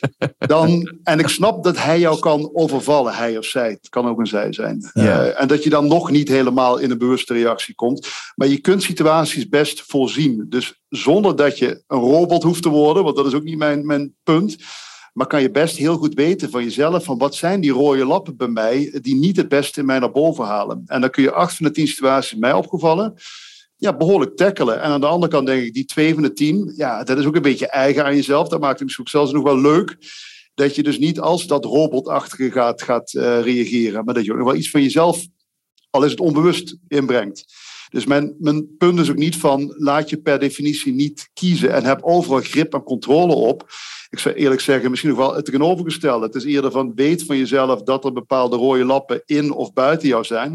S1: dan, en ik snap dat hij jou kan overvallen, hij of zij, het kan ook een zij zijn. Yeah. Uh, en dat je dan nog niet helemaal in een bewuste reactie komt. Maar je kunt situaties best voorzien. Dus zonder dat je een robot hoeft te worden, want dat is ook niet mijn, mijn punt. Maar kan je best heel goed weten van jezelf, van wat zijn die rode lappen bij mij die niet het beste in mij naar boven halen. En dan kun je acht van de tien situaties mij opgevallen, ja, behoorlijk tackelen. En aan de andere kant denk ik, die twee van de tien, ja, dat is ook een beetje eigen aan jezelf. Dat maakt het misschien ook zelfs nog wel leuk. Dat je dus niet als dat robotachtige gaat, gaat uh, reageren, maar dat je ook nog wel iets van jezelf, al is het onbewust, inbrengt. Dus mijn, mijn punt is ook niet van, laat je per definitie niet kiezen en heb overal grip en controle op. Ik zou eerlijk zeggen, misschien nog wel het tegenovergestelde. Het is eerder van, weet van jezelf dat er bepaalde rode lappen in of buiten jou zijn.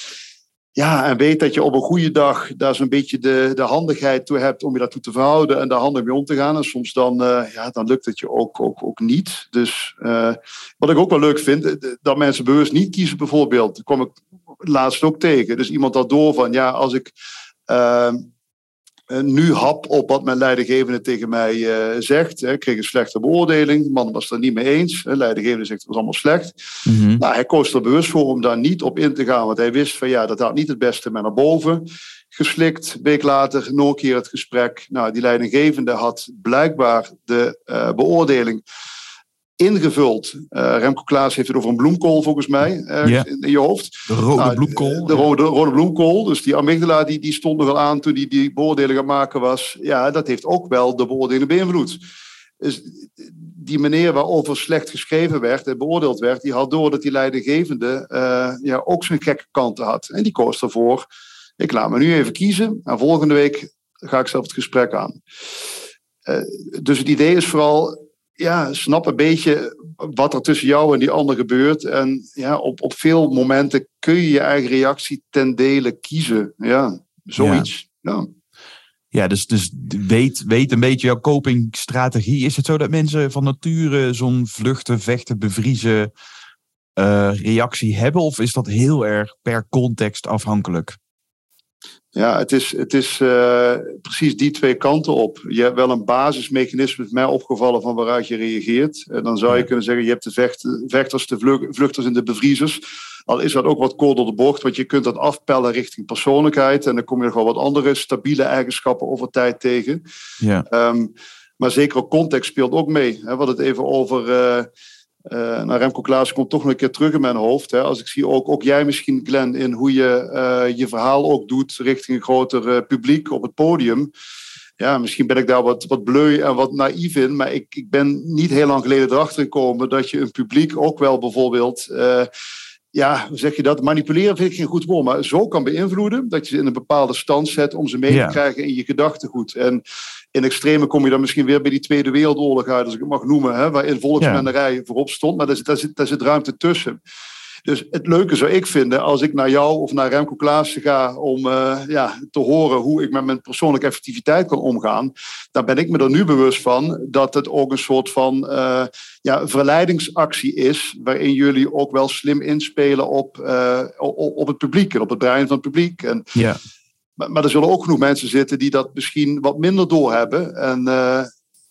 S1: Ja, en weet dat je op een goede dag daar zo'n beetje de, de handigheid toe hebt om je daartoe te verhouden en daar handig mee om te gaan. En soms dan, uh, ja, dan lukt het je ook, ook, ook niet. Dus uh, wat ik ook wel leuk vind, dat mensen bewust niet kiezen bijvoorbeeld. Dat kwam ik laatst ook tegen. Dus iemand had door van, ja, als ik uh, nu hap op wat mijn leidinggevende tegen mij uh, zegt. Hè, kreeg een slechte beoordeling. De man was het er niet mee eens. De leidinggevende zegt, het was allemaal slecht. Mm-hmm. Nou, hij koos er bewust voor om daar niet op in te gaan. Want hij wist van, ja, dat had niet het beste met naar boven. Geslikt, een week later, nog een keer het gesprek. Nou, die leidinggevende had blijkbaar de uh, beoordeling ingevuld. Uh, Remco Klaas heeft het over een bloemkool volgens mij uh, yeah. in, in je hoofd.
S3: De rode
S1: nou,
S3: bloemkool.
S1: De rode, rode bloemkool. Dus die amygdala die, die stond er wel aan toen die, die beoordeling aan het maken was. Ja, dat heeft ook wel de beoordeling beïnvloed. Dus die meneer waarover slecht geschreven werd en beoordeeld werd, die had door dat die leidinggevende uh, ja, ook zijn gekke kanten had. En die koos ervoor. Ik laat me nu even kiezen. En volgende week ga ik zelf het gesprek aan. Uh, dus het idee is vooral, ja, snap een beetje wat er tussen jou en die ander gebeurt. En ja, op, op veel momenten kun je je eigen reactie ten dele kiezen. Ja, zoiets. Ja, ja.
S3: ja dus, dus weet, weet een beetje jouw copingstrategie. Is het zo dat mensen van nature zo'n vluchten, vechten, bevriezen uh, reactie hebben? Of is dat heel erg per context afhankelijk?
S1: Ja, het is, het is uh, precies die twee kanten op. Je hebt wel een basismechanisme, is mij opgevallen, van waaruit je reageert. En dan zou je kunnen zeggen, je hebt de vecht, vechters, de vlug, vluchters en de bevriezers. Al is dat ook wat kort door de bocht, want je kunt dat afpellen richting persoonlijkheid. En dan kom je nog wel wat andere stabiele eigenschappen over tijd tegen. Ja. Um, maar zeker ook context speelt ook mee. Hè. We hadden het even over... Uh, Uh, nou, Remco Klaas komt toch nog een keer terug in mijn hoofd. Hè. Als ik zie ook, ook jij misschien, Glenn, in hoe je uh, je verhaal ook doet richting een groter uh, publiek op het podium. Ja, misschien ben ik daar wat, wat bleu en wat naïef in, maar ik, ik ben niet heel lang geleden erachter gekomen dat je een publiek ook wel bijvoorbeeld, uh, ja, hoe zeg je dat? Manipuleren vind ik geen goed woord, maar zo kan beïnvloeden dat je ze in een bepaalde stand zet om ze mee ja. te krijgen in je gedachtegoed. En in extreme kom je dan misschien weer bij die Tweede Wereldoorlog uit, als ik het mag noemen, hè, waarin volksmennerij ja. voorop stond, maar daar zit, daar, zit, daar zit ruimte tussen. Dus Dus het leuke zou ik vinden als ik naar jou of naar Remco Klaassen ga om uh, ja, te horen hoe ik met mijn persoonlijke effectiviteit kan omgaan. Dan ben ik me er nu bewust van dat het ook een soort van uh, ja, verleidingsactie is, waarin jullie ook wel slim inspelen op, uh, op, op het publiek en op het brein van het publiek. En,
S3: ja.
S1: maar, maar er zullen ook genoeg mensen zitten die dat misschien wat minder doorhebben. En uh,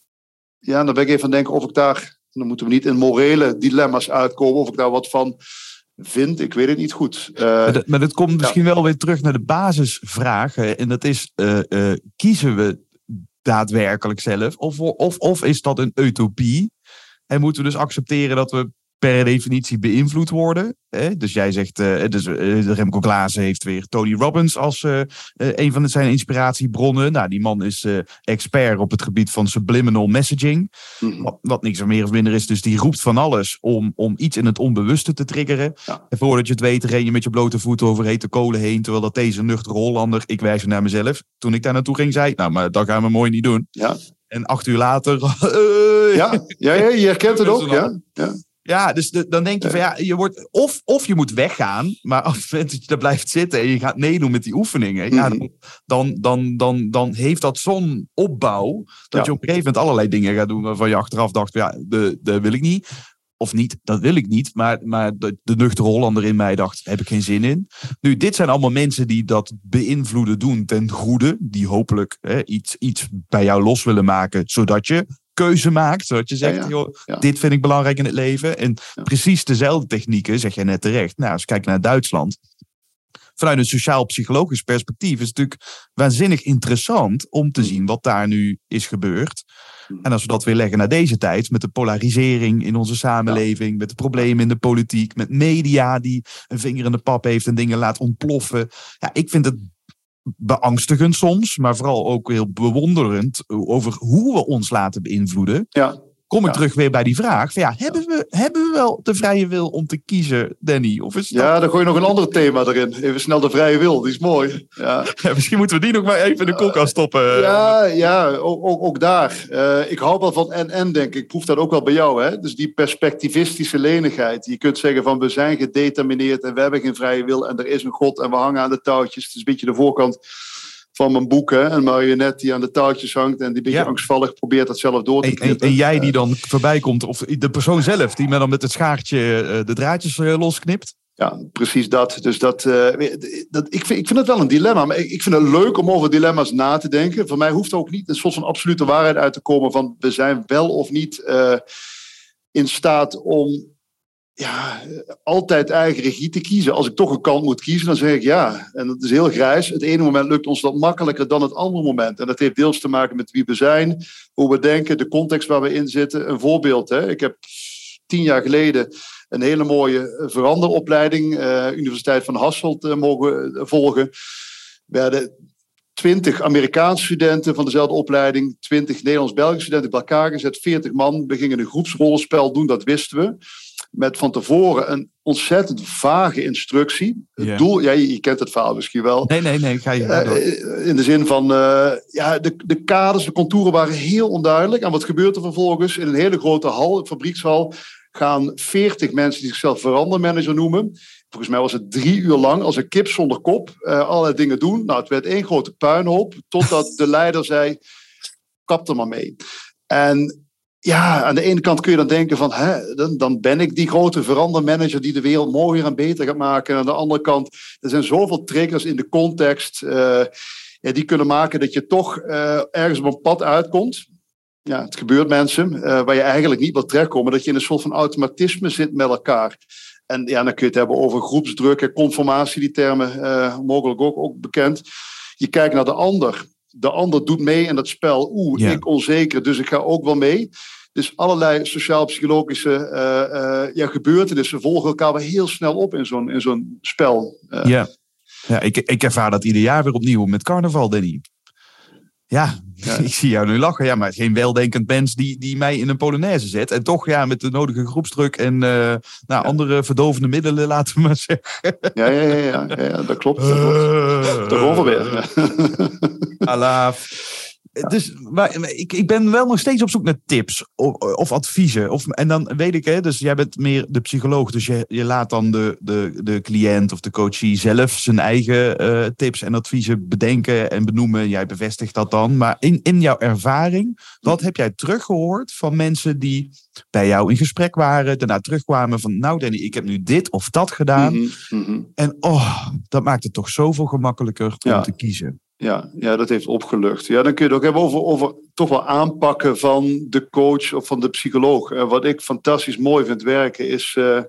S1: ja, dan ben ik even aan het denken of ik daar, dan moeten we niet in morele dilemma's uitkomen, of ik daar wat van vind. Ik weet het niet goed. Uh,
S3: maar, dat, maar dat komt misschien
S1: ja.
S3: wel weer terug naar de basisvraag. Hè? En dat is, uh, uh, kiezen we daadwerkelijk zelf? Of, of, of is dat een utopie? En moeten we dus accepteren dat we per definitie beïnvloed worden? Hè? Dus jij zegt, uh, dus, uh, Remco Klaassen heeft weer Tony Robbins als uh, uh, een van zijn inspiratiebronnen. Nou, die man is uh, expert op het gebied van subliminal messaging. Mm-hmm. Wat, wat niks meer of minder is. Dus die roept van alles om, om iets in het onbewuste te triggeren. Ja. En voordat je het weet, ren je met je blote voeten over hete kolen heen. Terwijl dat deze nuchtere Hollander, ik wijs naar mezelf, toen ik daar naartoe ging, zei, nou, maar dat gaan we mooi niet doen.
S1: Ja.
S3: En acht uur later... Uh,
S1: ja, ja, ja, je herkent het ook. Ja, ja.
S3: Ja, dus de, dan denk je van ja, je wordt of, of je moet weggaan, maar als het moment dat je daar blijft zitten en je gaat meedoen met die oefeningen, ja, dan, dan, dan, dan, dan heeft dat zo'n opbouw dat ja. je op een gegeven moment allerlei dingen gaat doen waarvan je achteraf dacht, ja, de, de wil ik niet. Of niet, dat wil ik niet. Maar, maar de, de nuchtere Hollander in mij dacht, heb ik geen zin in. Nu, dit zijn allemaal mensen die dat beïnvloeden doen ten goede. Die hopelijk hè, iets, iets bij jou los willen maken, zodat je keuze maakt. Zodat je zegt, ja, ja. Joh, ja. dit vind ik belangrijk in het leven. En ja. precies dezelfde technieken, zeg jij net terecht. Nou, als je kijkt naar Duitsland. Vanuit een sociaal-psychologisch perspectief is het natuurlijk waanzinnig interessant om te zien wat daar nu is gebeurd. En als we dat weer leggen naar deze tijd, met de polarisering in onze samenleving, ja. met de problemen in de politiek, met media die een vinger in de pap heeft en dingen laat ontploffen. Ja, ik vind het beangstigend soms, maar vooral ook heel bewonderend over hoe we ons laten beïnvloeden. Ja. Kom ik ja. terug weer bij die vraag. Van ja, hebben, we, hebben we wel de vrije wil om te kiezen, Danny? Of is dat...
S1: Ja, dan gooi je nog een ander thema erin. Even snel de vrije wil, die is mooi. Ja.
S3: Ja, misschien moeten we die nog maar even in de koelkast stoppen.
S1: Ja, ja ook, ook, ook daar. Uh, ik hou wel van en-en, denk ik. Ik proef dat ook wel bij jou. Hè? Dus die perspectivistische lenigheid. Je kunt zeggen van we zijn gedetermineerd en we hebben geen vrije wil en er is een God en we hangen aan de touwtjes. Het is een beetje de voorkant van mijn boek, hè? Een marionet die aan de touwtjes hangt en die een beetje ja. angstvallig probeert dat zelf door te knippen.
S3: En, en, en jij die dan voorbij komt, of de persoon zelf die dan met het schaartje uh, de draadjes uh, losknipt?
S1: Ja, precies dat. Dus dat, uh, dat ik, vind, ik vind het wel een dilemma, maar ik, ik vind het leuk om over dilemma's na te denken. Voor mij hoeft er ook niet een soort van absolute waarheid uit te komen van we zijn wel of niet uh, in staat om ja, altijd eigen regie te kiezen. Als ik toch een kant moet kiezen, dan zeg ik ja. En dat is heel grijs. Het ene moment lukt ons dat makkelijker dan het andere moment. En dat heeft deels te maken met wie we zijn, hoe we denken, de context waar we in zitten. Een voorbeeld, hè. Ik heb tien jaar geleden een hele mooie veranderopleiding, uh, Universiteit van Hasselt, uh, mogen volgen. Er werden twintig Amerikaanse studenten van dezelfde opleiding, twintig Nederlands-Belgische studenten bij elkaar gezet, veertig man. We gingen een groepsrollenspel doen, dat wisten we. Met van tevoren een ontzettend vage instructie. Het yeah. doel, ja, je, je kent het verhaal misschien wel.
S3: Nee, nee, nee, ga je
S1: uh, In de zin van, uh, ja, de, de kaders, de contouren waren heel onduidelijk. En wat gebeurt er vervolgens? In een hele grote hal, fabriekshal, gaan veertig mensen die zichzelf verandermanager noemen. Volgens mij was het drie uur lang als een kip zonder kop. Uh, allerlei dingen doen. Nou, het werd één grote puinhoop. Totdat de leider zei, kap er maar mee. En ja, aan de ene kant kun je dan denken van, hè, dan, dan ben ik die grote verandermanager die de wereld mooier en beter gaat maken. En aan de andere kant, er zijn zoveel triggers in de context uh, ja, die kunnen maken dat je toch uh, ergens op een pad uitkomt. Ja, het gebeurt mensen uh, waar je eigenlijk niet wil terechtkomen, dat je in een soort van automatisme zit met elkaar. En ja, dan kun je het hebben over groepsdruk en conformatie, die termen uh, mogelijk ook, ook bekend. Je kijkt naar de ander. De ander doet mee in dat spel. Oeh, ja. ik onzeker, dus ik ga ook wel mee. Dus allerlei sociaal-psychologische uh, uh, ja, gebeurtenissen volgen elkaar wel heel snel op in zo'n, in zo'n spel. Uh.
S3: Ja, ja ik, ik ervaar dat ieder jaar weer opnieuw met carnaval, Danny. Ja, ja, ik zie jou nu lachen. Ja, maar geen weldenkend mens die, die mij in een Polonaise zet. En toch ja, met de nodige groepsdruk en uh, nou, ja. andere verdovende middelen, laten we maar zeggen.
S1: Ja, ja, ja, ja, ja, ja dat klopt. Dat uh, klopt. Toch over weer.
S3: Alaaf. Dus maar, ik, ik ben wel nog steeds op zoek naar tips of, of adviezen. Of, en dan weet ik, hè, dus jij bent meer de psycholoog. Dus je, je laat dan de, de, de cliënt of de coachie zelf zijn eigen uh, tips en adviezen bedenken en benoemen. Jij bevestigt dat dan. Maar in, in jouw ervaring, wat heb jij teruggehoord van mensen die bij jou in gesprek waren, daarna terugkwamen van, nou Danny, ik heb nu dit of dat gedaan.
S1: Mm-hmm, mm-hmm.
S3: En oh, dat maakt het toch zoveel gemakkelijker om
S1: ja.
S3: te kiezen.
S1: Ja, ja, dat heeft opgelucht. Ja, dan kun je het ook hebben over, over toch wel aanpakken van de coach of van de psycholoog. Uh, wat ik fantastisch mooi vind werken is uh,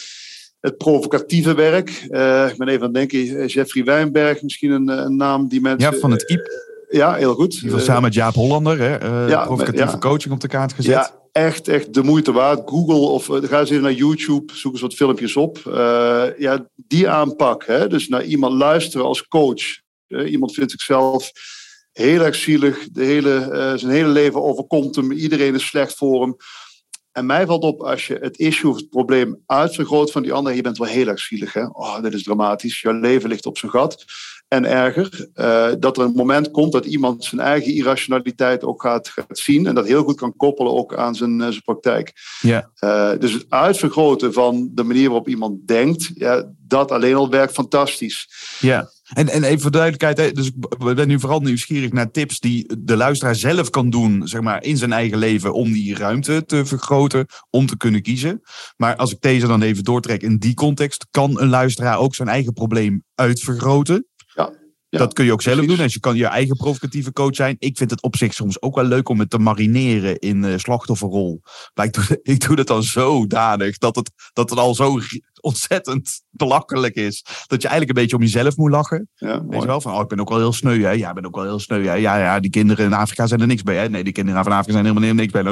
S1: het provocatieve werk. Uh, ik ben even aan het denken, Jeffrey Wijnberg, misschien een, een naam die mensen...
S3: Ja, van het I P.
S1: Uh, ja, heel goed.
S3: Die was samen met Jaap Hollander, hè, uh,
S1: ja,
S3: provocatieve
S1: ja.
S3: coaching op de kaart gezet.
S1: Ja, echt, echt de moeite waard. Google of uh, ga eens even naar YouTube, zoek eens wat filmpjes op. Uh, ja, die aanpak, hè? Dus naar iemand luisteren als coach. Uh, iemand vindt zichzelf heel erg zielig. De hele, uh, zijn hele leven overkomt hem. Iedereen is slecht voor hem. En mij valt op, als je het issue of het probleem uitvergroot van die ander. Je bent wel heel erg zielig. Hè? Oh, dit is dramatisch. Jouw leven ligt op zijn gat. En erger, uh, dat er een moment komt dat iemand zijn eigen irrationaliteit ook gaat, gaat zien. En dat heel goed kan koppelen ook aan zijn, uh, zijn praktijk.
S3: Ja.
S1: Uh, dus het uitvergroten van de manier waarop iemand denkt. Ja, dat alleen al werkt fantastisch.
S3: Ja. En, en even voor duidelijkheid, dus ik ben nu vooral nieuwsgierig naar tips die de luisteraar zelf kan doen, zeg maar, in zijn eigen leven om die ruimte te vergroten, om te kunnen kiezen. Maar als ik deze dan even doortrek in die context, kan een luisteraar ook zijn eigen probleem uitvergroten.
S1: Ja. Ja,
S3: dat kun je ook zelf
S1: precies.
S3: doen. Dus je kan je eigen provocatieve coach zijn. Ik vind het op zich soms ook wel leuk om het te marineren in uh, slachtofferrol. Maar ik doe, ik doe het dan zodanig dat het, dat het al zo ontzettend belachelijk is. Dat je eigenlijk een beetje om jezelf moet lachen.
S1: Ja,
S3: Weet je wel? Van, oh, ik ben ook wel heel sneu. Hè? Ja, ik ben ook wel heel sneu. Hè? Ja, ja, die kinderen in Afrika zijn er niks bij. Hè? Nee, die kinderen van Afrika zijn er helemaal niks bij.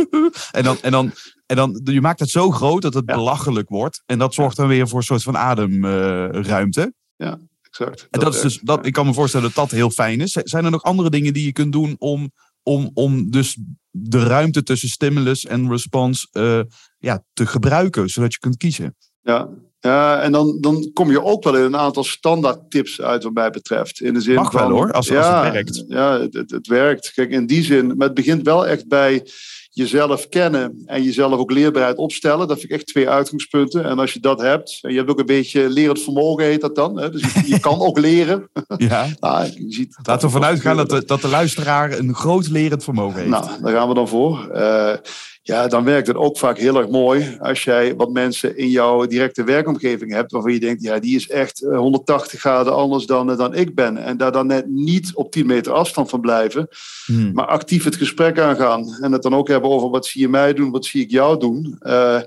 S3: En dan, en dan, en dan, je maakt het zo groot dat het ja. belachelijk wordt. En dat zorgt dan weer voor een soort van ademruimte. Uh,
S1: ja. Exact.
S3: En dat is dus, dat, ik kan me voorstellen dat dat heel fijn is. Zijn er nog andere dingen die je kunt doen om, om, om dus de ruimte tussen stimulus en response uh, ja, te gebruiken, zodat je kunt kiezen?
S1: Ja, ja en dan, dan kom je ook wel in een aantal standaard tips uit wat mij betreft. In de zin
S3: Mag
S1: van,
S3: wel hoor, als,
S1: ja,
S3: als het werkt.
S1: Ja, het, het, het werkt. Kijk, in die zin, maar het begint wel echt bij jezelf kennen en jezelf ook leerbaarheid opstellen. Dat vind ik echt twee uitgangspunten. En als je dat hebt, en je hebt ook een beetje lerend vermogen, heet dat dan. Hè? Dus je, je kan ook leren.
S3: Ja.
S1: Nou, je ziet
S3: Laten we vanuit gaan dat de, dat de luisteraar een groot lerend vermogen heeft.
S1: Nou, daar gaan we dan voor. Uh, ja, dan werkt het ook vaak heel erg mooi als jij wat mensen in jouw directe werkomgeving hebt waarvan je denkt, ja, die is echt honderdtachtig graden anders dan, dan ik ben. En daar dan net niet op tien meter afstand van blijven, hmm. maar actief het gesprek aangaan. En het dan ook hebben over wat zie je mij doen, wat zie ik jou doen. Uh,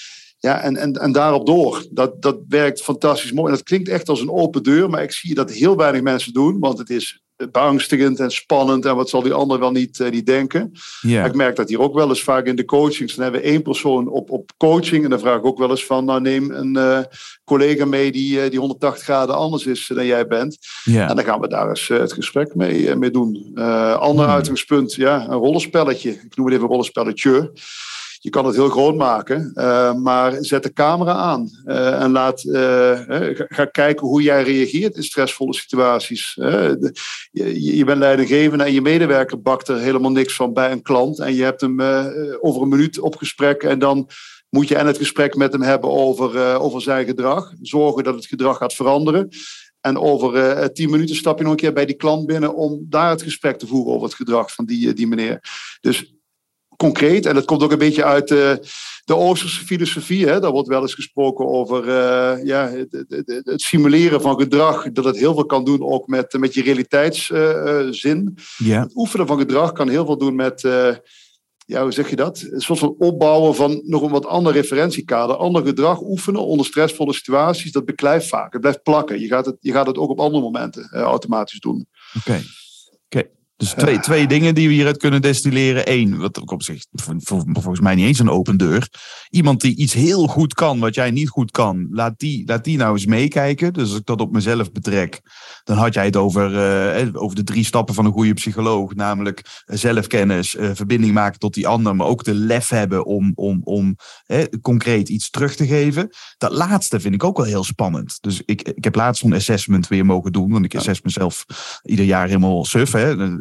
S1: ja, en, en, en daarop door. Dat, dat werkt fantastisch mooi. En dat klinkt echt als een open deur, maar ik zie dat heel weinig mensen doen, want het is beangstigend en spannend en wat zal die ander wel niet, uh, niet denken. Yeah. Ik merk dat hier ook wel eens vaak in de coachings, dan hebben we één persoon op, op coaching en dan vraag ik ook wel eens van, nou neem een uh, collega mee die, uh, die honderdtachtig graden anders is dan jij bent. Yeah. En dan gaan we daar eens uh, het gesprek mee, uh, mee doen. Uh, ander hmm. uitgangspunt, ja, een rollenspelletje. Ik noem het even een rollenspelletje. Je kan het heel groot maken, uh, maar zet de camera aan uh, en laat, uh, uh, ga kijken hoe jij reageert in stressvolle situaties. Uh, de, je, je bent leidinggevende en je medewerker bakt er helemaal niks van bij een klant en je hebt hem uh, over een minuut op gesprek en dan moet je en het gesprek met hem hebben over, uh, over zijn gedrag. Zorgen dat het gedrag gaat veranderen. En over uh, tien minuten stap je nog een keer bij die klant binnen om daar het gesprek te voeren over het gedrag van die, die meneer. Dus concreet, en dat komt ook een beetje uit uh, de Oosterse filosofie. Hè? Daar wordt wel eens gesproken over uh, ja, het, het, het simuleren van gedrag. Dat het heel veel kan doen ook met, met je realiteitszin. Uh, yeah. Het oefenen van gedrag kan heel veel doen met, uh, ja, hoe zeg je dat? Een soort van opbouwen van nog een wat ander referentiekader. Ander gedrag oefenen onder stressvolle situaties, dat beklijft vaak. Het blijft plakken. Je gaat het, je gaat het ook op andere momenten uh, automatisch doen.
S3: Oké. Okay. Okay. Dus twee, ja. twee dingen die we hieruit kunnen destilleren. Eén, wat ook op zich volgens mij niet eens een open deur. Iemand die iets heel goed kan, wat jij niet goed kan. Laat die, laat die nou eens meekijken. Dus als ik dat op mezelf betrek, dan had jij het over, uh, over de drie stappen van een goede psycholoog. Namelijk zelfkennis, uh, verbinding maken tot die ander. Maar ook de lef hebben om, om, om uh, concreet iets terug te geven. Dat laatste vind ik ook wel heel spannend. Dus ik, ik heb laatst zo'n assessment weer mogen doen. Want ik assess mezelf ieder jaar helemaal suf, hè.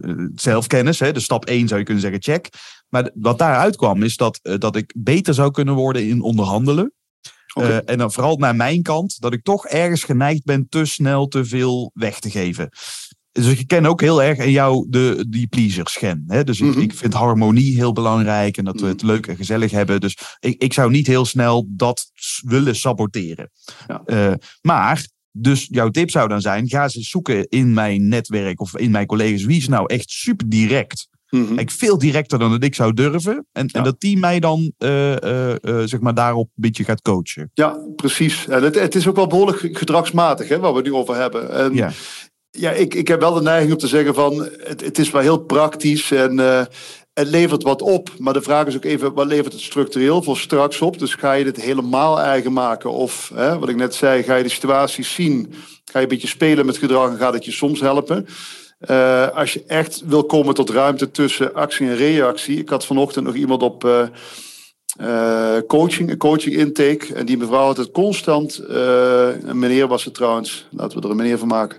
S3: uh, zelfkennis. Hè, de stap één zou je kunnen zeggen, check. Maar wat daaruit kwam is dat, uh, dat ik beter zou kunnen worden in onderhandelen. Okay. Uh, en dan vooral naar mijn kant, dat ik toch ergens geneigd ben te snel te veel weg te geven. Dus ik ken ook heel erg in jou de, die pleasers-gen. Hè? Dus mm-hmm. ik, ik vind harmonie heel belangrijk en dat we het leuk en gezellig hebben. Dus ik, ik zou niet heel snel dat willen saboteren. Ja. Uh, maar, dus jouw tip zou dan zijn, ga eens zoeken in mijn netwerk of in mijn collega's. Wie is nou echt super direct? Mm-hmm. Ik veel directer dan dat ik zou durven. En, ja. en dat die mij dan uh, uh, uh, zeg maar daarop een beetje gaat coachen.
S1: Ja, precies. En het, het is ook wel behoorlijk gedragsmatig, hè, waar we het nu over hebben. En ja. Ja, ik, ik heb wel de neiging om te zeggen van, het, het is wel heel praktisch en uh, het levert wat op. Maar de vraag is ook even, wat levert het structureel voor straks op? Dus ga je dit helemaal eigen maken? Of, hè, wat ik net zei, ga je de situaties zien? Ga je een beetje spelen met gedrag en gaat het je soms helpen? Uh, als je echt wil komen tot ruimte tussen actie en reactie. Ik had vanochtend nog iemand op uh, uh, coaching, een coaching intake. En die mevrouw had het constant, uh, een meneer was het trouwens, laten we er een meneer van maken.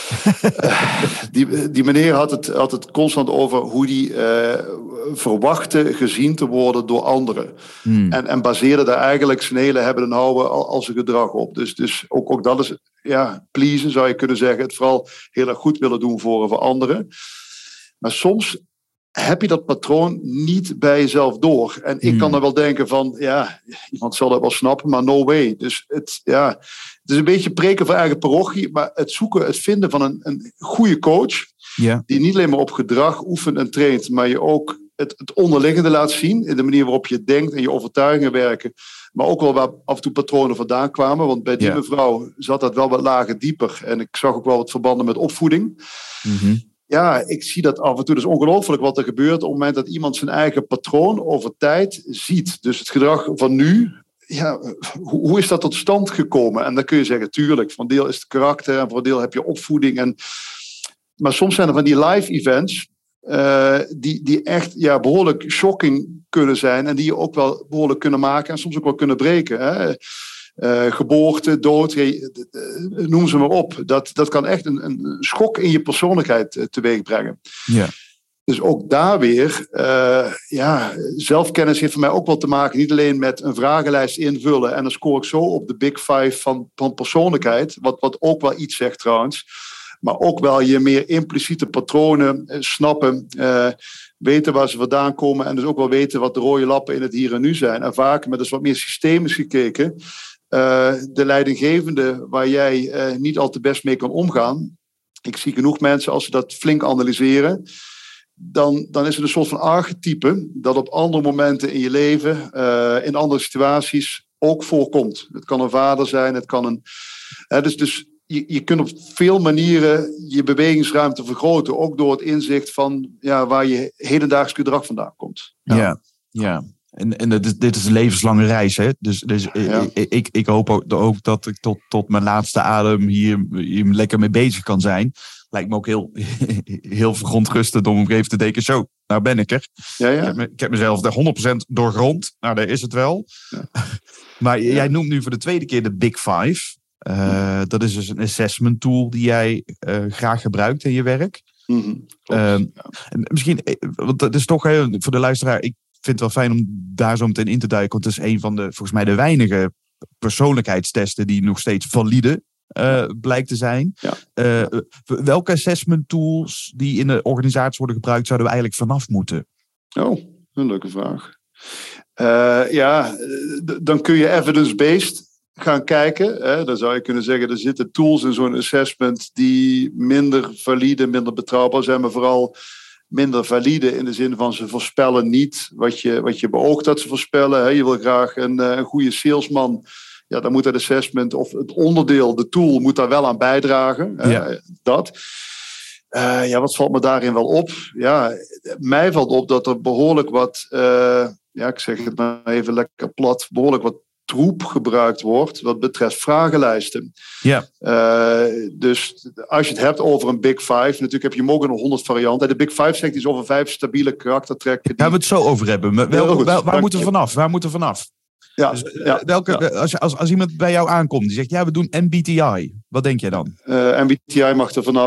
S1: uh, die, die meneer had het, had het constant over hoe die uh, verwachtte gezien te worden door anderen. Hmm. En, en baseerde daar eigenlijk zijn hele hebben en houden al, al zijn gedrag op. Dus, dus ook, ook dat is, ja, pleasen zou je kunnen zeggen. Het vooral heel erg goed willen doen voor, voor anderen. Maar soms heb je dat patroon niet bij jezelf door. En ik hmm. kan dan wel denken van, ja, iemand zal dat wel snappen, maar no way. Dus het, ja, het is een beetje preken voor eigen parochie, maar het zoeken, het vinden van een, een goede coach, yeah. die niet alleen maar op gedrag oefent en traint, maar je ook het, het onderliggende laat zien, in de manier waarop je denkt en je overtuigingen werken, maar ook wel waar af en toe patronen vandaan kwamen, want bij die yeah. mevrouw zat dat wel wat lager dieper. En ik zag ook wel wat verbanden met opvoeding. Mm-hmm. Ja, ik zie dat af en toe. Dat is ongelooflijk wat er gebeurt op het moment dat iemand zijn eigen patroon over tijd ziet. Dus het gedrag van nu, ja, hoe, hoe is dat tot stand gekomen? En dan kun je zeggen, tuurlijk, voor een deel is het karakter en voor een deel heb je opvoeding. En, maar soms zijn er van die live events uh, die, die echt ja, behoorlijk shocking kunnen zijn en die je ook wel behoorlijk kunnen maken en soms ook wel kunnen breken. Hè? Uh, geboorte, dood, noem ze maar op. Dat, dat kan echt een, een schok in je persoonlijkheid uh, teweeg brengen. Ja. Dus ook daar weer, uh, ja, zelfkennis heeft voor mij ook wel te maken, niet alleen met een vragenlijst invullen en dan scoor ik zo op de big five van, van persoonlijkheid, wat, wat ook wel iets zegt trouwens, maar ook wel je meer impliciete patronen uh, snappen, uh, weten waar ze vandaan komen en dus ook wel weten wat de rode lappen in het hier en nu zijn. En vaak met dus wat meer systemisch gekeken, Uh, de leidinggevende waar jij uh, niet al te best mee kan omgaan. Ik zie genoeg mensen, als ze dat flink analyseren, dan, dan is het een soort van archetype dat op andere momenten in je leven, uh, in andere situaties ook voorkomt. Het kan een vader zijn, het kan een... Uh, dus dus je, je kunt op veel manieren je bewegingsruimte vergroten, ook door het inzicht van ja, waar je hedendaags gedrag vandaan komt.
S3: Ja, ja. ja. En, en dit, is, dit is een levenslange reis, hè? Dus, dus ja. ik, ik, ik hoop ook, ook dat ik tot, tot mijn laatste adem hier, hier lekker mee bezig kan zijn. Lijkt me ook heel, heel verontrustend om even te denken, zo, nou ben ik er. Ja, ja. Ik, heb, ik heb mezelf er honderd procent doorgrond. Nou, daar is het wel. Ja. Maar ja. jij noemt nu voor de tweede keer de Big Five. Uh, ja. Dat is dus een assessment tool die jij uh, graag gebruikt in je werk. Mm-hmm. Uh, ja. Misschien, want dat is toch heel, voor de luisteraar, ik vind het wel fijn om daar zo meteen in te duiken. Want het is een van de, volgens mij, de weinige persoonlijkheidstesten die nog steeds valide uh, blijkt te zijn. Ja. Uh, welke assessment tools die in de organisatie worden gebruikt, zouden we eigenlijk vanaf moeten?
S1: Oh, een leuke vraag. Uh, ja, d- dan kun je evidence-based gaan kijken. Hè. Dan zou je kunnen zeggen, er zitten tools in zo'n assessment die minder valide, minder betrouwbaar zijn, maar vooral minder valide in de zin van ze voorspellen niet wat je, wat je beoogt dat ze voorspellen. Hè. Je wil graag een, een goede salesman. Ja, dan moet dat assessment of het onderdeel, de tool, moet daar wel aan bijdragen. Ja. Uh, dat. Uh, ja, wat valt me daarin wel op? Ja, mij valt op dat er behoorlijk wat, uh, ja, ik zeg het maar even lekker plat, behoorlijk wat troep gebruikt wordt wat betreft vragenlijsten. Ja. Uh, dus als je het hebt over een Big Five, natuurlijk heb je mogelijk nog honderd varianten. De Big Five zegt iets over vijf stabiele karaktertrekken.
S3: Daar gaan we het zo over hebben. Wel, wel, wel, waar moeten we vanaf? Waar moeten we vanaf? Ja, dus, ja, welke, ja. Als, als, als iemand bij jou aankomt die zegt, ja, we doen M B T I. Wat denk jij dan?
S1: Uh, M B T I mag er vanaf.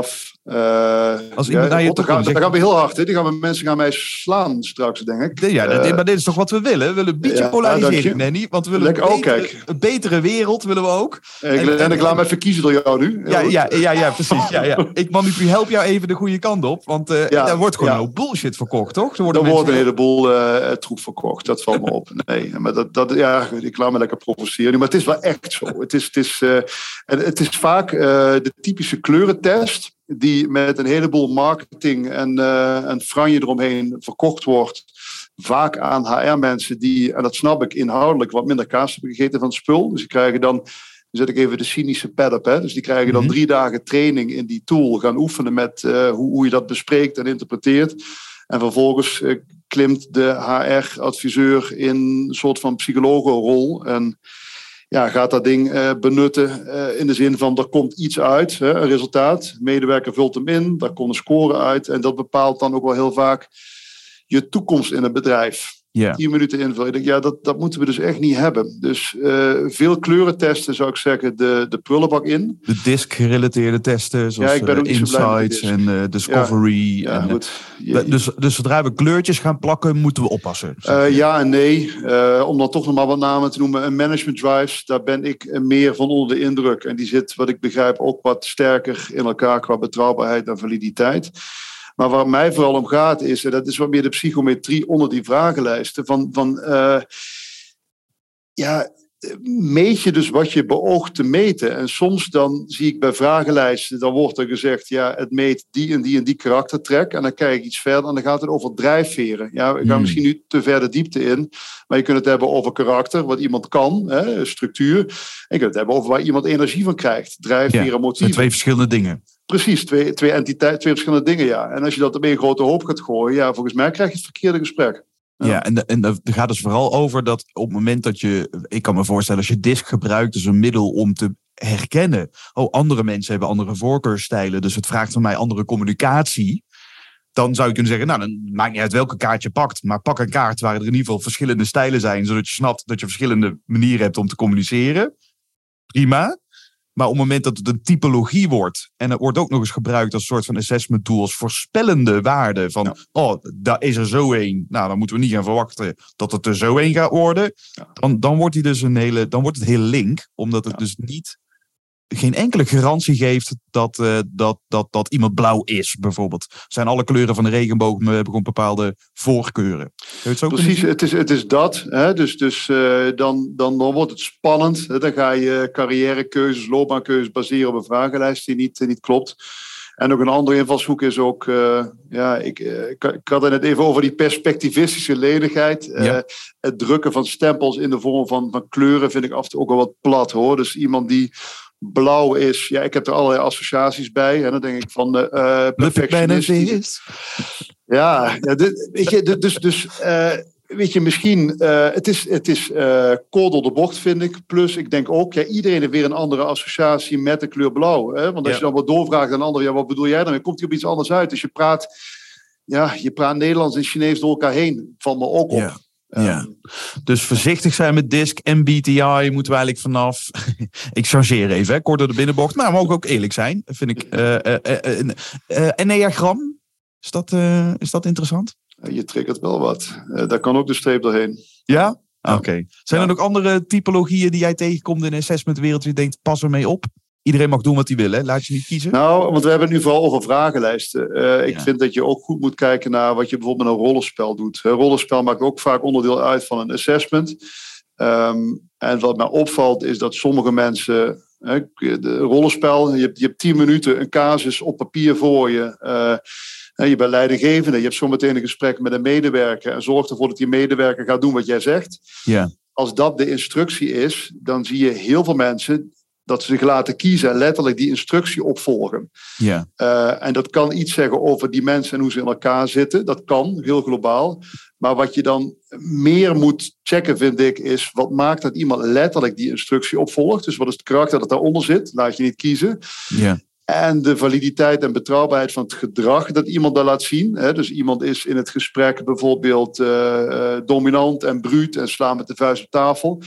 S1: Uh,
S3: Als iemand
S1: ja,
S3: naar je
S1: God,
S3: toe
S1: dan, gaan,
S3: komt,
S1: dan gaan we heel hard. Hè? Die gaan we, mensen gaan mij slaan straks, denk ik.
S3: Ja,
S1: uh,
S3: maar dit is toch wat we willen? We willen een beetje
S1: ja,
S3: polarisering, Nanny. Want we willen
S1: Lekker,
S3: een,
S1: oh,
S3: betere,
S1: kijk.
S3: een betere wereld, willen we ook.
S1: En, en, en ik laat me even kiezen door jou nu.
S3: Ja, ja, ja, ja, precies. Ja, ja. Ik manipuleer, help jou even de goede kant op. Want uh, ja, daar wordt gewoon ja. een hoop bullshit verkocht, toch? Er
S1: wordt mensen... een heleboel uh, troep verkocht. Dat valt me op. Nee, maar dat, dat, ja, ik laat me lekker provoceren. Maar het is wel echt zo. Het is, het is, uh, het is vaak uh, de typische kleurentest die met een heleboel marketing en, uh, en franje eromheen verkocht wordt. Vaak aan H R-mensen die, en dat snap ik, inhoudelijk wat minder kaas hebben gegeten van het spul. Dus die krijgen dan, dan zet ik even de cynische pad op. Hè. Dus die krijgen dan mm-hmm. drie dagen training in die tool. Gaan oefenen met uh, hoe, hoe je dat bespreekt en interpreteert. En vervolgens uh, klimt de H R-adviseur in een soort van psychologenrol. En ja, gaat dat ding uh, benutten uh, in de zin van er komt iets uit, hè, een resultaat. De medewerker vult hem in, daar komt een score uit. En dat bepaalt dan ook wel heel vaak je toekomst in een bedrijf. Yeah. Tien minuten invullen. Ik denk, ja, dat, dat moeten we dus echt niet hebben. Dus uh, veel kleurentesten zou ik zeggen de, de prullenbak in.
S3: De disk-gerelateerde testen, zoals ja, ik ben ook uh, Insights en uh, Discovery. Ja, ja, en, goed. Je, dus, dus zodra we kleurtjes gaan plakken, moeten we oppassen.
S1: Uh, ja en nee. Uh, om dan toch nog maar wat namen te noemen. Een management drives, daar ben ik meer van onder de indruk. En die zit, wat ik begrijp, ook wat sterker in elkaar qua betrouwbaarheid en validiteit. Maar waar mij vooral om gaat is, en dat is wat meer de psychometrie onder die vragenlijsten, van, van uh, ja, meet je dus wat je beoogt te meten. En soms dan zie ik bij vragenlijsten, dan wordt er gezegd, ja, het meet die en die en die karaktertrek. En dan kijk ik iets verder en dan gaat het over drijfveren. Ja, we gaan hmm. misschien nu te ver de diepte in, maar je kunt het hebben over karakter, wat iemand kan, hè, structuur. En je kunt het hebben over waar iemand energie van krijgt. Drijfveren, ja, motieven.
S3: Twee verschillende dingen.
S1: Precies, twee, twee entiteiten, twee verschillende dingen, ja. En als je dat op één grote hoop gaat gooien, ja, volgens mij krijg je het verkeerde gesprek.
S3: Ja, ja en, en er gaat dus vooral over dat op het moment dat je, ik kan me voorstellen, als je disk gebruikt als een middel om te herkennen, oh, andere mensen hebben andere voorkeurstijlen, dus het vraagt van mij andere communicatie, dan zou je kunnen zeggen, nou, dan maakt niet uit welke kaart je pakt, maar pak een kaart waar er in ieder geval verschillende stijlen zijn, zodat je snapt dat je verschillende manieren hebt om te communiceren. Prima. Maar op het moment dat het een typologie wordt, en het wordt ook nog eens gebruikt als een soort van assessment tool, als voorspellende waarde van, ja. oh, daar is er zo één. Nou, dan moeten we niet gaan verwachten dat het er zo één gaat worden. Ja. Dan, dan wordt die dus een hele, dan wordt het heel link, omdat het ja. dus niet, geen enkele garantie geeft dat, uh, dat, dat, dat iemand blauw is, bijvoorbeeld. Zijn alle kleuren van de regenboog, maar we hebben gewoon bepaalde voorkeuren. Het zo
S1: Precies, het is, het is dat. Hè? Dus, dus uh, dan, dan, dan wordt het spannend. Hè? Dan ga je carrièrekeuzes, loopbaankeuzes baseren op een vragenlijst die niet, niet klopt. En ook een andere invalshoek is ook, uh, ja, ik, uh, ik, ik had het net even over die perspectivistische lenigheid. Uh, ja. Het drukken van stempels in de vorm van, van kleuren vind ik af en toe ook wel wat plat, hoor. Dus iemand die blauw is, ja, ik heb er allerlei associaties bij. En dan denk ik van de uh, perfectionist. Ja, ja dit, weet je, dus, dus uh, weet je, misschien, uh, het is, het is uh, kool door de bocht, vind ik. Plus, ik denk ook, ja, iedereen heeft weer een andere associatie met de kleur blauw. Hè? Want als ja. je dan wat doorvraagt aan een ander, ja, wat bedoel jij dan? Dan komt hij op iets anders uit. Dus je praat, ja, je praat Nederlands en Chinees door elkaar heen. Valt me ook op.
S3: Ja. Ja, dus voorzichtig zijn met disk en B T I moeten we eigenlijk vanaf. Ik chargeer even, hè, kort door de binnenbocht. Maar we mogen ook eerlijk zijn, vind ik. Uh, uh, uh, uh, uh, Enneagram, is dat, uh, is dat interessant?
S1: Je triggert wel wat. Uh, daar kan ook de streep doorheen.
S3: Ja? Oké. Okay. Zijn ja. er nog andere typologieën die jij tegenkomt in de assessmentwereld die je denkt, pas ermee op? Iedereen mag doen wat hij wil, hè? Laat je niet kiezen.
S1: Nou, want we hebben het nu vooral over vragenlijsten. Uh, ik ja. vind dat je ook goed moet kijken naar wat je bijvoorbeeld met een rollenspel doet. Een rollenspel maakt ook vaak onderdeel uit van een assessment. Um, en wat mij opvalt is dat sommige mensen, hè, de rollenspel, je hebt, je hebt tien minuten een casus op papier voor je. Uh, je bent leidinggevende, je hebt zometeen een gesprek met een medewerker en zorg ervoor dat die medewerker gaat doen wat jij zegt.
S3: Ja.
S1: Als dat de instructie is, dan zie je heel veel mensen dat ze zich laten kiezen en letterlijk die instructie opvolgen.
S3: Ja.
S1: Uh, en dat kan iets zeggen over die mensen en hoe ze in elkaar zitten. Dat kan, heel globaal. Maar wat je dan meer moet checken, vind ik, is wat maakt dat iemand letterlijk die instructie opvolgt. Dus wat is het karakter dat daaronder zit? Laat je niet kiezen.
S3: Ja.
S1: En de validiteit en betrouwbaarheid van het gedrag dat iemand daar laat zien. Hè? Dus iemand is in het gesprek bijvoorbeeld uh, uh, dominant en bruut en slaat met de vuist op tafel.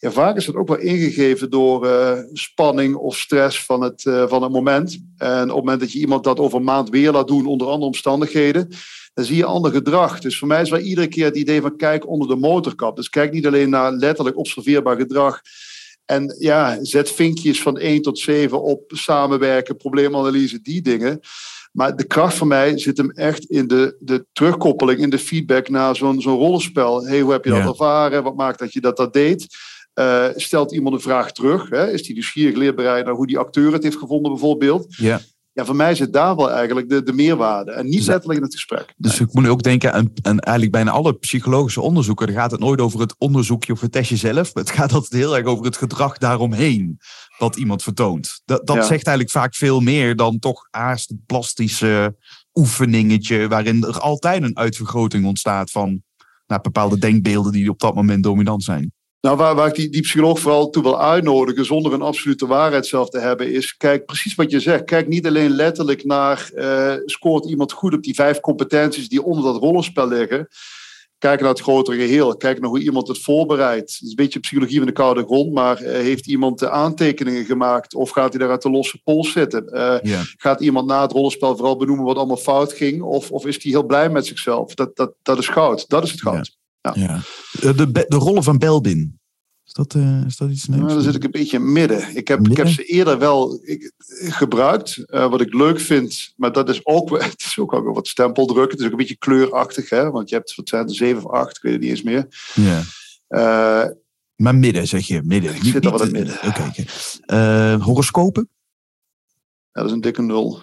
S1: ja, vaak is het ook wel ingegeven door uh, spanning of stress van het, uh, van het moment. En op het moment dat je iemand dat over een maand weer laat doen onder andere omstandigheden, dan zie je ander gedrag. Dus voor mij is wel iedere keer het idee van kijk onder de motorkap. Dus kijk niet alleen naar letterlijk observeerbaar gedrag. En ja, zet vinkjes van één tot zeven op samenwerken, probleemanalyse, die dingen. Maar de kracht van mij zit hem echt in de, de terugkoppeling, in de feedback naar zo'n, zo'n rollenspel. Hey, hoe heb je dat ja. ervaren? Wat maakt dat je dat, dat deed? Uh, stelt iemand een vraag terug? Hè? Is die nieuwsgierig leerbereid naar hoe die acteur het heeft gevonden bijvoorbeeld? Ja. Ja, voor mij zit daar wel eigenlijk de, de meerwaarde. En niet dus, letterlijk in het gesprek.
S3: Dus nee. Ik moet ook denken aan, aan eigenlijk bijna alle psychologische onderzoeken. Dan gaat het nooit over het onderzoekje of het testje zelf. Maar het gaat altijd heel erg over het gedrag daaromheen. Wat iemand vertoont. Dat, dat ja. zegt eigenlijk vaak veel meer dan toch haast een plastische oefeningetje. Waarin er altijd een uitvergroting ontstaat van nou, bepaalde denkbeelden die op dat moment dominant zijn.
S1: Nou, waar, waar ik die, die psycholoog vooral toe wil uitnodigen, zonder een absolute waarheid zelf te hebben, is kijk precies wat je zegt. Kijk niet alleen letterlijk naar, uh, scoort iemand goed op die vijf competenties die onder dat rollenspel liggen. Kijk naar het grotere geheel. Kijk naar hoe iemand het voorbereidt. Het is een beetje psychologie van de koude grond, maar uh, heeft iemand de aantekeningen gemaakt of gaat hij daar uit de losse pols zitten? Uh, yeah. Gaat iemand na het rollenspel vooral benoemen wat allemaal fout ging? Of, of is hij heel blij met zichzelf? Dat, dat, dat is goud. Dat is het goud. Yeah.
S3: Ja. Ja. De, de rollen van Belbin. Is dat, uh, is dat iets nieuws?
S1: Nou, dan zit ik een beetje in midden. Ik heb, midden? ik heb ze eerder wel ik, gebruikt. Uh, wat ik leuk vind. Maar dat is ook, het is ook wel wat stempeldruk. Het is ook een beetje kleurachtig. Hè? Want je hebt wat zijn er, zeven of acht. Ik weet het niet eens meer.
S3: Ja. Uh, maar midden zeg je. Midden.
S1: Ik zit niet, er wel in het midden.
S3: Oké. Okay, okay. uh, horoscopen?
S1: Ja, dat is een dikke nul.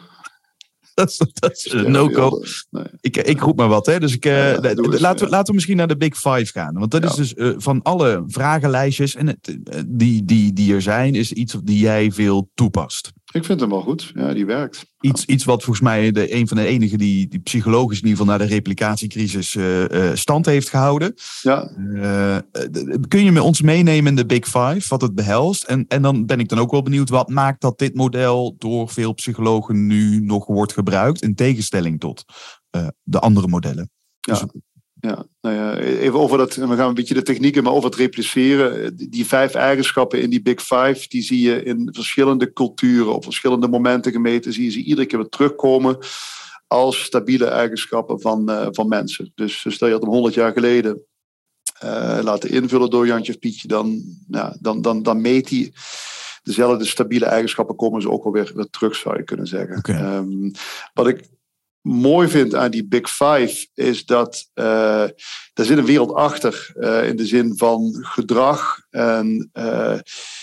S3: Dat is, dat is een no-go. Nee. Ik, ik roep maar wat. Hè. Dus ik, uh, ja, de, de, eens, laten, we, ja. laten we misschien naar de Big Five gaan. Want dat ja. is dus uh, van alle vragenlijstjes en het, uh, die, die, die er zijn, is iets die jij veel toepast.
S1: Ik vind hem wel goed. Ja, die werkt.
S3: Iets, iets wat volgens mij de, een van de enigen die, die psychologisch in ieder geval naar de replicatiecrisis uh, uh, stand heeft gehouden.
S1: Ja.
S3: Uh, kun je met ons meenemen in de Big Five, wat het behelst? En, en dan ben ik dan ook wel benieuwd, wat maakt dat dit model door veel psychologen nu nog wordt gebruikt, in tegenstelling tot uh, de andere modellen?
S1: Ja. Dus, Ja, nou ja, even over dat, we gaan een beetje de technieken, maar over het repliceren. Die vijf eigenschappen in die Big Five, die zie je in verschillende culturen, op verschillende momenten gemeten, zie je ze iedere keer weer terugkomen als stabiele eigenschappen van, uh, van mensen. Dus stel je dat hem honderd jaar geleden uh, laten invullen door Jantje of Pietje, dan, ja, dan, dan, dan meet hij dezelfde stabiele eigenschappen, komen ze ook alweer weer terug, zou je kunnen zeggen.
S3: Okay.
S1: Um, wat ik mooi vind aan die Big Five is dat uh, daar zit een wereld achter uh, in de zin van gedrag en uh,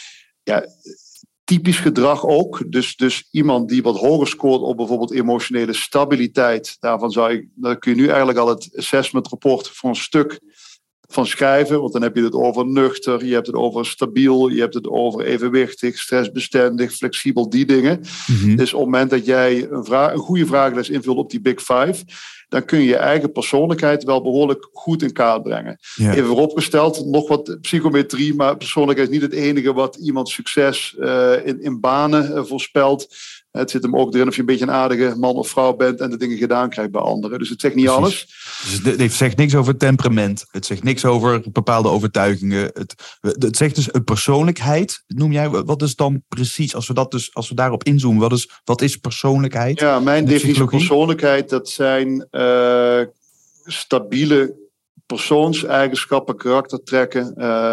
S1: ja, typisch gedrag ook. Dus, dus iemand die wat hoger scoort op bijvoorbeeld emotionele stabiliteit, daarvan zou je, daar kun je nu eigenlijk al het assessment rapport voor een stuk van schrijven, want dan heb je het over nuchter, je hebt het over stabiel, je hebt het over evenwichtig, stressbestendig, flexibel, die dingen. Mm-hmm. Dus op het moment dat jij een, vraag, een goede vragenlijst invult op die Big Five, dan kun je je eigen persoonlijkheid wel behoorlijk goed in kaart brengen. Ja. Even vooropgesteld, nog wat psychometrie, maar persoonlijkheid is niet het enige wat iemand succes uh, in, in banen uh, voorspelt. Het zit hem ook erin of je een beetje een aardige man of vrouw bent en de dingen gedaan krijgt bij anderen. Dus het zegt niet Precies. alles.
S3: Dus het zegt niks over temperament. Het zegt niks over bepaalde overtuigingen. Het, het zegt dus een persoonlijkheid, noem jij. Wat is dan precies, als we, dat dus, als we daarop inzoomen, wat is, wat is persoonlijkheid?
S1: Ja, mijn definitie van persoonlijkheid, dat zijn uh, stabiele persoonseigenschappen, karaktertrekken, uh,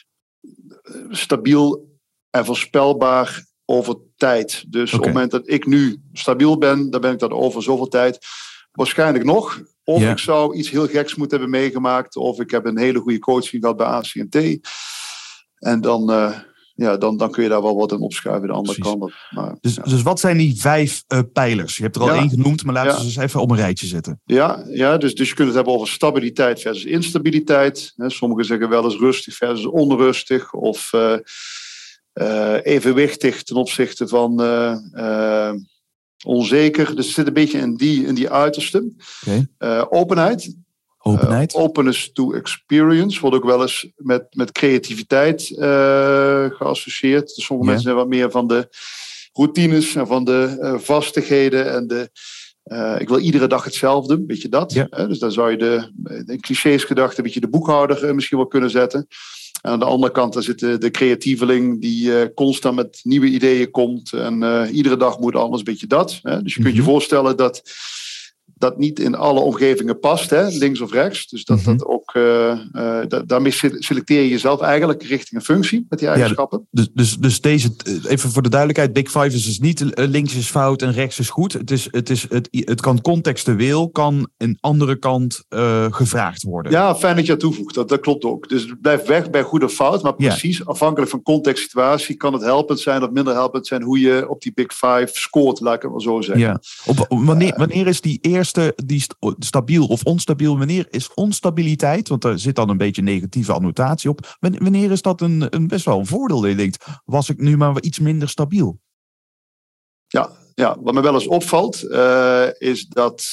S1: stabiel en voorspelbaar over tijd. Dus okay. Op het moment dat ik nu stabiel ben, dan ben ik dat over zoveel tijd waarschijnlijk nog. Of yeah. ik zou iets heel geks moeten hebben meegemaakt, of ik heb een hele goede coaching gehad bij A C N T. En dan, uh, ja, dan, dan kun je daar wel wat in opschuiven, de andere Precies. kant. Maar,
S3: dus,
S1: ja.
S3: dus wat zijn die vijf uh, pijlers? Je hebt er al ja. één genoemd, maar laten we ja. ze eens even op een rijtje zetten.
S1: Ja, ja dus, dus je kunt het hebben over stabiliteit versus instabiliteit. Sommigen zeggen wel eens rustig versus onrustig. Of Uh, Uh, evenwichtig ten opzichte van uh, uh, onzeker. Dus het zit een beetje in die, in die uiterste.
S3: Okay.
S1: Uh, openheid.
S3: Openheid.
S1: Uh, openness to experience wordt ook wel eens met, met creativiteit uh, geassocieerd. Dus sommige yeah. mensen zijn wat meer van de routines en van de uh, vastigheden en de Uh, ik wil iedere dag hetzelfde, weet je dat?
S3: Yeah.
S1: Uh, dus dan zou je de, in clichés gedacht een beetje de boekhouder uh, misschien wel kunnen zetten. En aan de andere kant daar zit de, de creatieveling die uh, constant met nieuwe ideeën komt. En uh, iedere dag moet anders, een beetje dat. Hè? Dus je kunt je
S3: Mm-hmm.
S1: voorstellen dat dat niet in alle omgevingen past, hè? Links of rechts. Dus dat, mm-hmm. dat ook, uh, uh, da- daarmee selecteer je jezelf eigenlijk richting een functie met die eigenschappen.
S3: Ja, dus, dus, dus deze, even voor de duidelijkheid, Big Five is dus niet links is fout en rechts is goed. Het, is, het, is, het, het kan contextueel, kan een andere kant uh, gevraagd worden.
S1: Ja, fijn dat je dat toevoegt. Dat, dat klopt ook. Dus blijf weg bij goed of fout, maar precies ja. afhankelijk van context, situatie, kan het helpend zijn of minder helpend zijn hoe je op die Big Five scoort, laat ik het maar zo zeggen.
S3: Ja. Op, wanneer, wanneer is die eerste die st- stabiel of onstabiel? Wanneer is onstabiliteit, want er zit dan een beetje negatieve annotatie op. Wanneer is dat een, een best wel een voordeel? Dat je denkt, was ik nu maar iets minder stabiel?
S1: Ja, ja wat me wel eens opvalt, uh, is dat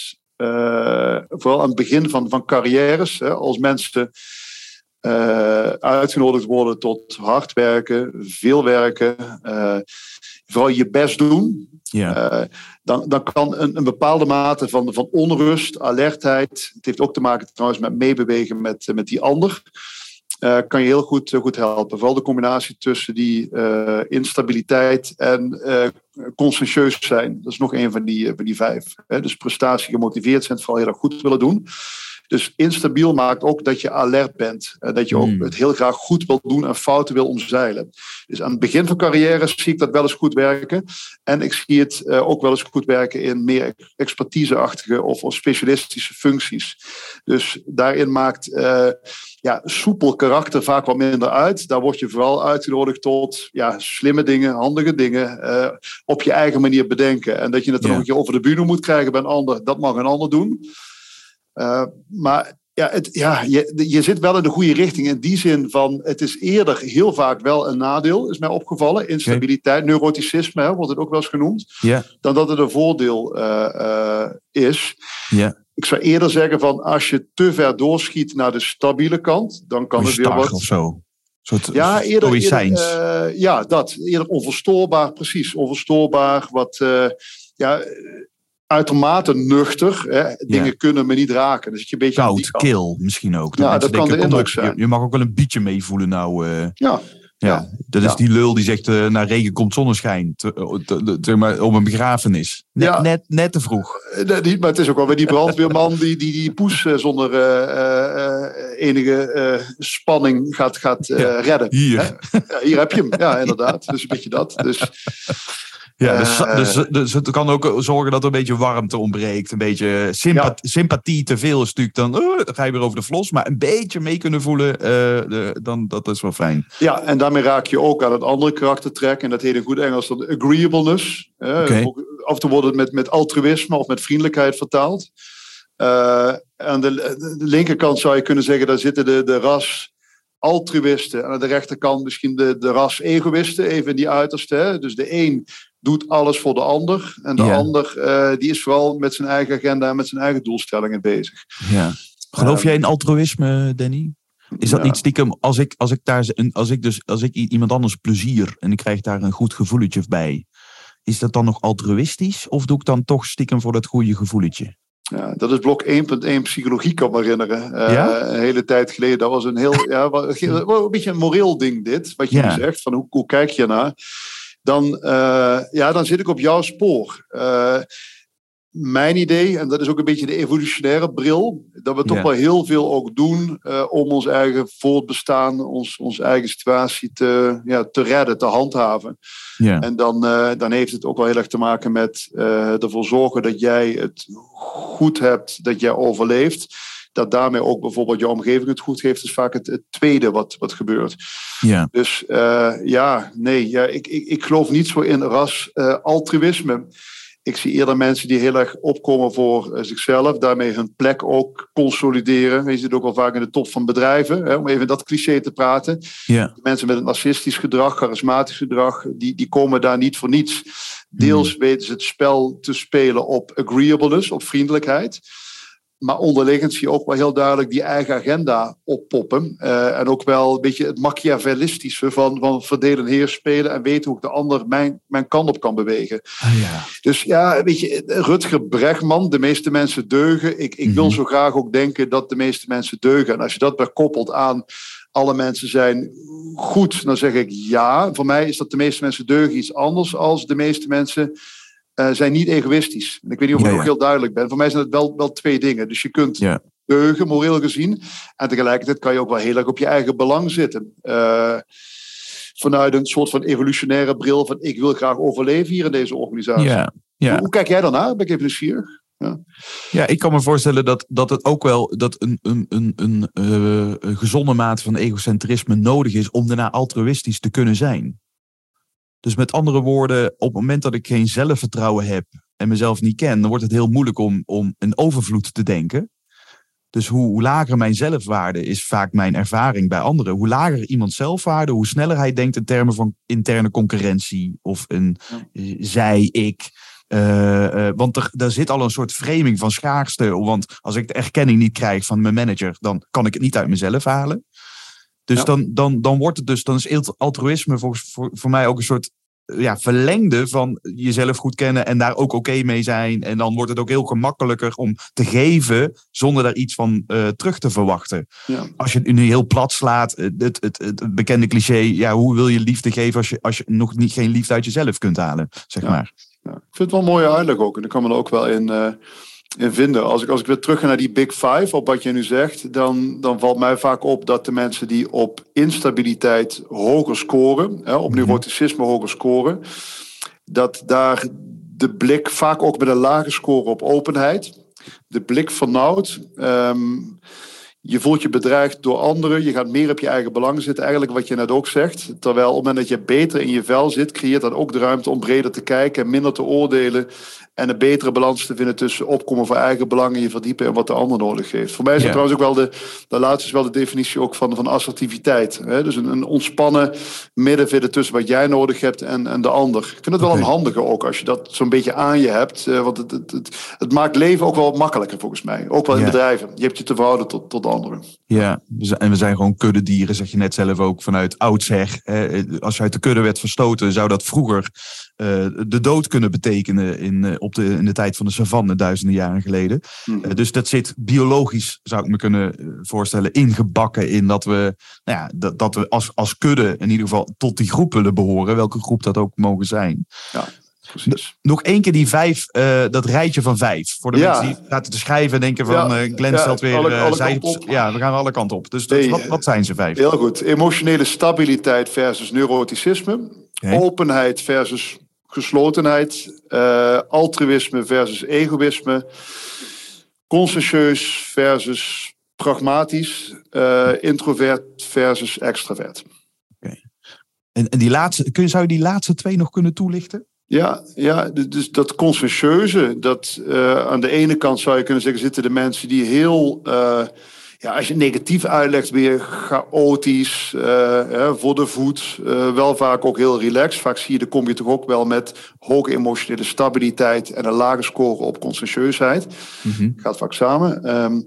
S1: uh, vooral aan het begin van, van carrières, hè, als mensen uh, uitgenodigd worden tot hard werken, veel werken, uh, vooral je best doen. Ja. Uh, dan, dan kan een, een bepaalde mate van, van onrust, alertheid, het heeft ook te maken trouwens met meebewegen met, met die ander, uh, kan je heel goed, goed helpen. Vooral de combinatie tussen die uh, instabiliteit en uh, conscientieus zijn. Dat is nog een van die, van die vijf. Hè? Dus prestatie gemotiveerd zijn, vooral heel erg goed willen doen. Dus instabiel maakt ook dat je alert bent. En dat je ook het heel graag goed wil doen en fouten wil omzeilen. Dus aan het begin van carrière zie ik dat wel eens goed werken. En ik zie het uh, ook wel eens goed werken in meer expertiseachtige of, of specialistische functies. Dus daarin maakt uh, ja, soepel karakter vaak wat minder uit. Daar word je vooral uitgenodigd tot ja, slimme dingen, handige dingen. Uh, op je eigen manier bedenken. En dat je het dan ja. nog een keer over de bühne moet krijgen bij een ander. Dat mag een ander doen. Uh, maar ja, het, ja je, je zit wel in de goede richting in die zin van het is eerder heel vaak wel een nadeel, is mij opgevallen. Instabiliteit, okay. neuroticisme hè, wordt het ook wel eens genoemd. Yeah. Dan dat het een voordeel uh, uh, is. Yeah. Ik zou eerder zeggen van als je te ver doorschiet naar de stabiele kant, dan kan het weer wat...
S3: of zo. Soort,
S1: ja, eerder, eerder uh, ja, dat. Eerder onverstoorbaar, precies. Onverstoorbaar, wat... Uh, ja, uitermate nuchter. Hè. Dingen ja. kunnen me niet raken. Dus je een beetje
S3: koud, kil misschien ook.
S1: Ja, dat denken, kan de indruk zijn.
S3: Je, je mag ook wel een beetje meevoelen nou. Uh,
S1: ja.
S3: Ja, ja, dat is ja. die lul die zegt uh, na regen komt zonneschijn. Te, te, te, te, maar op een begrafenis. Net, ja. net, net te vroeg.
S1: Nee, niet, maar het is ook wel weer die brandweerman die die, die poes uh, zonder uh, uh, enige uh, spanning gaat, gaat uh, ja. redden.
S3: Hier.
S1: Hè? Ja, hier heb je hem. Ja, inderdaad. Dus een beetje dat. Dus...
S3: Ja, dus, uh, dus, dus het kan ook zorgen dat er een beetje warmte ontbreekt. Een beetje sympathie, ja. sympathie te veel is natuurlijk dan, uh, dan ga je weer over de vlos. Maar een beetje mee kunnen voelen, uh, de, dan, dat is wel fijn.
S1: Ja, en daarmee raak je ook aan het andere karaktertrek. En dat heet in goed Engels dan agreeableness. Uh, okay. Af en toe wordt het met, met altruïsme of met vriendelijkheid vertaald. Uh, aan de, de linkerkant zou je kunnen zeggen, daar zitten de, de ras... altruïsten. En aan de rechterkant misschien de, de ras-egoïsten, even in die uiterste. Hè? Dus de een doet alles voor de ander. En de ja. ander uh, die is vooral met zijn eigen agenda en met zijn eigen doelstellingen bezig.
S3: Ja. Geloof uh, jij in altruïsme, Danny? Is dat ja. niet stiekem, als ik, als ik daar als ik dus als ik iemand anders plezier en ik krijg daar een goed gevoeletje bij, is dat dan nog altruïstisch? Of doe ik dan toch stiekem voor dat goede gevoeletje?
S1: Ja, dat is blok één punt één psychologie, kan me herinneren. Uh, ja? Een hele tijd geleden. Dat was een heel, ja, een beetje een moreel ding dit, wat je ja. nu zegt. Van hoe, hoe kijk je naar? Dan, uh, ja, dan zit ik op jouw spoor. Uh, mijn idee, en dat is ook een beetje de evolutionaire bril, dat we toch ja. wel heel veel ook doen uh, om ons eigen voortbestaan, ons, onze eigen situatie te, ja, te redden, te handhaven. Ja. En dan, uh, dan heeft het ook wel heel erg te maken met uh, ervoor zorgen dat jij het goed hebt, dat jij overleeft. Dat daarmee ook bijvoorbeeld jouw omgeving het goed heeft, is vaak het, het tweede wat, wat gebeurt. Ja. Dus uh, ja, nee, ja, ik, ik, ik geloof niet zo in ras uh, altruïsme. Ik zie eerder mensen die heel erg opkomen voor uh, zichzelf, daarmee hun plek ook consolideren. Je ziet ook al vaak in de top van bedrijven, hè, om even dat cliché te praten. Ja. Mensen met een narcistisch gedrag, charismatisch gedrag, die, die komen daar niet voor niets. Deels mm. weten ze het spel te spelen op agreeableness, op vriendelijkheid. Maar onderliggend zie je ook wel heel duidelijk die eigen agenda oppoppen. Uh, en ook wel een beetje het machiavellistische van, van verdelen, heer spelen en weten hoe ik de ander mijn, mijn kant op kan bewegen.
S3: Ah, ja.
S1: Dus ja, weet je, Rutger Bregman, de meeste mensen deugen. Ik, ik mm-hmm. wil zo graag ook denken dat de meeste mensen deugen. En als je dat weer koppelt aan alle mensen zijn goed, dan zeg ik ja. Voor mij is dat de meeste mensen deugen iets anders als de meeste mensen uh, zijn niet egoïstisch. En ik weet niet of ik ja, nog ja. heel duidelijk ben. Voor mij zijn het wel, wel twee dingen. Dus je kunt ja. deugen, moreel gezien. En tegelijkertijd kan je ook wel heel erg op je eigen belang zitten. Uh, vanuit een soort van evolutionaire bril van ik wil graag overleven hier in deze organisatie. Ja. Ja. Hoe, hoe kijk jij daarnaar? Ben ik even nieuwsgierig? Ja.
S3: ja, ik kan me voorstellen dat, dat het ook wel dat een, een, een, een, uh, een gezonde mate van egocentrisme nodig is om daarna altruïstisch te kunnen zijn. Dus met andere woorden, op het moment dat ik geen zelfvertrouwen heb en mezelf niet ken, dan wordt het heel moeilijk om, om een overvloed te denken. Dus hoe, hoe lager mijn zelfwaarde is vaak mijn ervaring bij anderen. Hoe lager iemands zelfwaarde, hoe sneller hij denkt in termen van interne concurrentie of een ja. zij, ik. Uh, uh, want er, er zit al een soort framing van schaarste. Want als ik de erkenning niet krijg van mijn manager, dan kan ik het niet uit mezelf halen. Dus ja. dan, dan, dan wordt het dus, dan is altruïsme voor, voor, voor mij ook een soort ja, verlengde van jezelf goed kennen en daar ook oké okay mee zijn. En dan wordt het ook heel gemakkelijker om te geven zonder daar iets van uh, terug te verwachten. Ja. Als je het nu heel plat slaat, het, het, het, het bekende cliché, ja, hoe wil je liefde geven als je, als je nog niet, geen liefde uit jezelf kunt halen, zeg
S1: ja.
S3: maar.
S1: Ja, ik vind het wel een mooie uitleg ook. En daar kan me er ook wel in, uh, in vinden. Als ik, als ik weer terug ga naar die Big Five, op wat je nu zegt, dan, dan valt mij vaak op dat de mensen die op instabiliteit hoger scoren, hè, op neuroticisme hoger scoren, dat daar de blik vaak ook met een lage score op openheid, de blik vernauwt. Um, Je voelt je bedreigd door anderen. Je gaat meer op je eigen belang zitten. Eigenlijk wat je net ook zegt. Terwijl op het moment dat je beter in je vel zit, creëert dat ook de ruimte om breder te kijken en minder te oordelen. En een betere balans te vinden tussen opkomen voor eigen belang en je verdiepen in wat de ander nodig heeft. Voor mij is dat ja. trouwens ook wel de, de laatste is wel de definitie ook van, van assertiviteit. Hè? Dus een, een ontspannen midden vinden tussen wat jij nodig hebt en, en de ander. Ik vind het wel okay. een handige ook als je dat zo'n beetje aan je hebt. Uh, want het, het, het, het maakt leven ook wel wat makkelijker volgens mij. Ook wel in ja. bedrijven. Je hebt je te verhouden tot, tot anderen.
S3: Ja, en we zijn gewoon kuddedieren, zeg je net zelf ook, vanuit oudsher. Als je uit de kudde werd verstoten, zou dat vroeger uh, de dood kunnen betekenen in, uh, op de, in de tijd van de savanne, duizenden jaren geleden. Mm-hmm. Uh, dus dat zit biologisch, zou ik me kunnen voorstellen, ingebakken in dat we, nou ja, dat, dat we als, als kudde in ieder geval tot die groep willen behoren, welke groep dat ook mogen zijn.
S1: Ja. Precies.
S3: Nog één keer die vijf, uh, dat rijtje van vijf. Voor de ja. mensen die zaten te schrijven en denken van ja. uh, Glenn ja, stelt weer... Alle, alle uh, zij, ja, we gaan alle kanten op. Dus dat, nee, wat, wat zijn ze vijf?
S1: Heel goed. Emotionele stabiliteit versus neuroticisme. Okay. Openheid versus geslotenheid. Uh, altruïsme versus egoïsme. Conscientieus versus pragmatisch. Uh, introvert versus extravert.
S3: Okay. En, en die laatste, kun, zou je die laatste twee nog kunnen toelichten?
S1: Ja, ja, dus dat conscientieuze, dat uh, aan de ene kant zou je kunnen zeggen, zitten de mensen die heel, uh, ja, als je het negatief uitlegt, weer chaotisch, uh, ja, voor de voet, uh, wel vaak ook heel relaxed. Vaak zie je, dan kom je toch ook wel met hoge emotionele stabiliteit en een lage score op conscientieusheid. Mm-hmm. Gaat vaak samen. Um,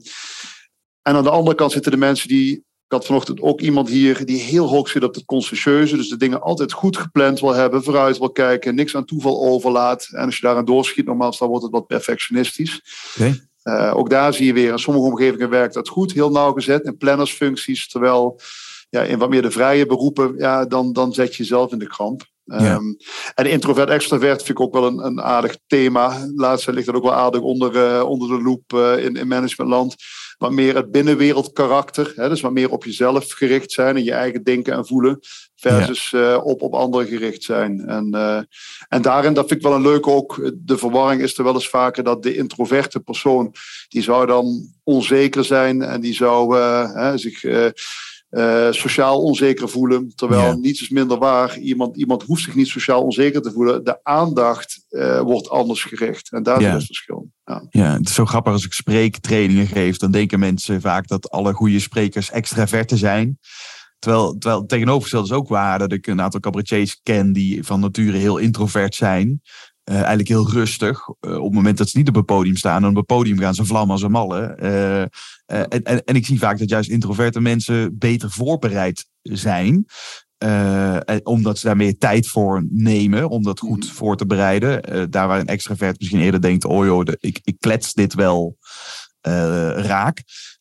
S1: en aan de andere kant zitten de mensen die... Ik had vanochtend ook iemand hier die heel hoog zit op het conscientieuze. Dus de dingen altijd goed gepland wil hebben, vooruit wil kijken, niks aan toeval overlaat. En als je daaraan doorschiet, normaal dan wordt het wat perfectionistisch. Okay. Uh, ook daar zie je weer, in sommige omgevingen werkt dat goed, heel nauwgezet. In plannersfuncties, terwijl ja, in wat meer de vrije beroepen, ja, dan, dan zet je jezelf in de kramp. Ja. Um, en introvert-extravert vind ik ook wel een, een aardig thema. Laatst ligt dat ook wel aardig onder, uh, onder de loep uh, in, in managementland. Wat meer het binnenwereldkarakter. Hè, dus wat meer op jezelf gericht zijn en je eigen denken en voelen. Versus ja. uh, op, op anderen gericht zijn. En, uh, en daarin, dat vind ik wel een leuke ook. De verwarring is er wel eens vaker dat de introverte persoon, die zou dan onzeker zijn en die zou uh, hè, zich... Uh, Uh, sociaal onzeker voelen, terwijl ja. niets is minder waar. Iemand, iemand hoeft zich niet sociaal onzeker te voelen. De aandacht uh, wordt anders gericht. En daar ja. is het verschil. Ja.
S3: ja, het is zo grappig als ik spreektrainingen geef. Dan denken mensen vaak dat alle goede sprekers extraverten zijn. Terwijl, terwijl het tegenovergestelde is ook waar. Dat ik een aantal cabaretiers ken die van nature heel introvert zijn. Uh, eigenlijk heel rustig. Uh, op het moment dat ze niet op het podium staan. En op het podium gaan ze vlammen als een malle. Uh, uh, en, en, en ik zie vaak dat juist introverte mensen beter voorbereid zijn. Uh, omdat ze daar meer tijd voor nemen. Om dat goed mm. voor te bereiden. Uh, daar waar een extravert misschien eerder denkt. Oh joh, de, ik, ik klets dit wel uh, raak.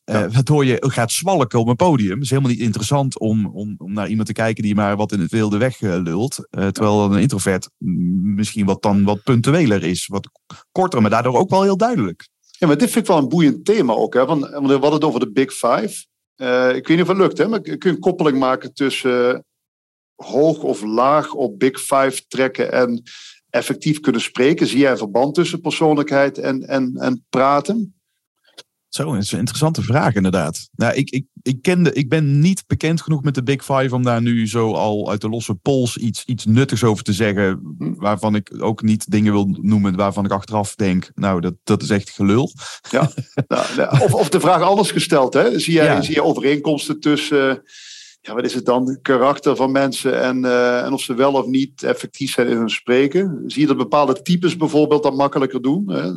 S3: Uh,
S1: Ja.
S3: waardoor je gaat zwalken op een podium. Het is helemaal niet interessant om, om, om naar iemand te kijken die maar wat in het wilde weg uh, lult. Uh, terwijl een introvert misschien wat dan wat punctueler is. Wat korter, maar daardoor ook wel heel duidelijk.
S1: Ja, maar dit vind ik wel een boeiend thema ook. Hè? Want, want we hadden het over de Big Five. Uh, ik weet niet of het lukt, hè? Maar kun je een koppeling maken tussen uh, hoog of laag op Big Five trekken en effectief kunnen spreken? Zie jij een verband tussen persoonlijkheid en, en, en praten?
S3: Zo, dat is een interessante vraag inderdaad. Nou, ik, ik, ik, kende, ik ben niet bekend genoeg met de Big Five om daar nu zo al uit de losse pols iets, iets nuttigs over te zeggen. Waarvan ik ook niet dingen wil noemen waarvan ik achteraf denk, nou, dat, dat is echt gelul.
S1: Ja, nou, of, of de vraag anders gesteld, hè? Zie jij,
S3: Ja.
S1: zie je overeenkomsten tussen, uh, ja, wat is het dan, karakter van mensen en, uh, en of ze wel of niet effectief zijn in hun spreken? Zie je dat bepaalde types bijvoorbeeld dat makkelijker doen? Hè?